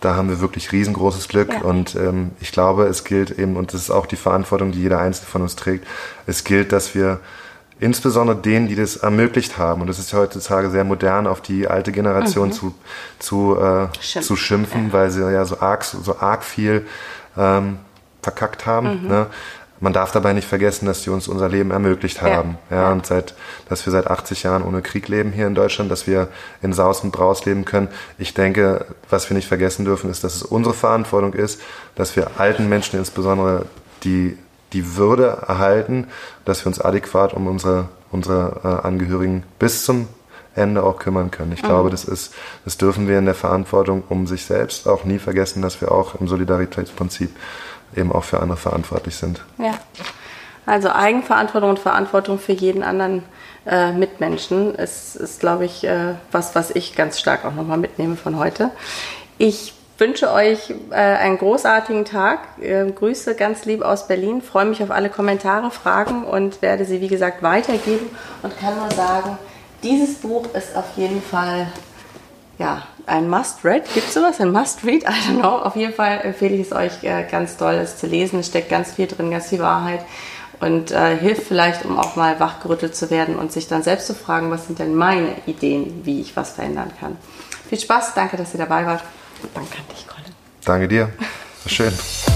da haben wir wirklich riesengroßes Glück. Ja. Und ich glaube, es gilt eben, und das ist auch die Verantwortung, die jeder Einzelne von uns trägt, es gilt, dass wir insbesondere denen, die das ermöglicht haben, und das ist ja heutzutage sehr modern, auf die alte Generation zu schimpfen, weil sie ja so arg viel verkackt haben. Ne? Man darf dabei nicht vergessen, dass die uns unser Leben ermöglicht haben. Ja, und dass wir seit 80 Jahren ohne Krieg leben hier in Deutschland, dass wir in Saus und Braus leben können. Ich denke, was wir nicht vergessen dürfen, ist, dass es unsere Verantwortung ist, dass wir alten Menschen insbesondere die Würde erhalten, dass wir uns adäquat um unsere Angehörigen bis zum Ende auch kümmern können. Ich glaube, das dürfen wir in der Verantwortung um sich selbst auch nie vergessen, dass wir auch im Solidaritätsprinzip eben auch für andere verantwortlich sind. Ja, also Eigenverantwortung und Verantwortung für jeden anderen Mitmenschen ist glaube ich, was ich ganz stark auch nochmal mitnehme von heute. Ich wünsche euch einen großartigen Tag. Grüße ganz lieb aus Berlin. Freue mich auf alle Kommentare, Fragen und werde sie, wie gesagt, weitergeben und kann nur sagen, dieses Buch ist auf jeden Fall ein Must-Read. Gibt es sowas? Ein Must-Read? I don't know. Auf jeden Fall empfehle ich es euch ganz doll, es zu lesen. Es steckt ganz viel drin, ganz viel Wahrheit und hilft vielleicht, um auch mal wachgerüttelt zu werden und sich dann selbst zu fragen, was sind denn meine Ideen, wie ich was verändern kann. Viel Spaß, danke, dass ihr dabei wart. Und dann kann dich, Colin. Danke dir. War schön.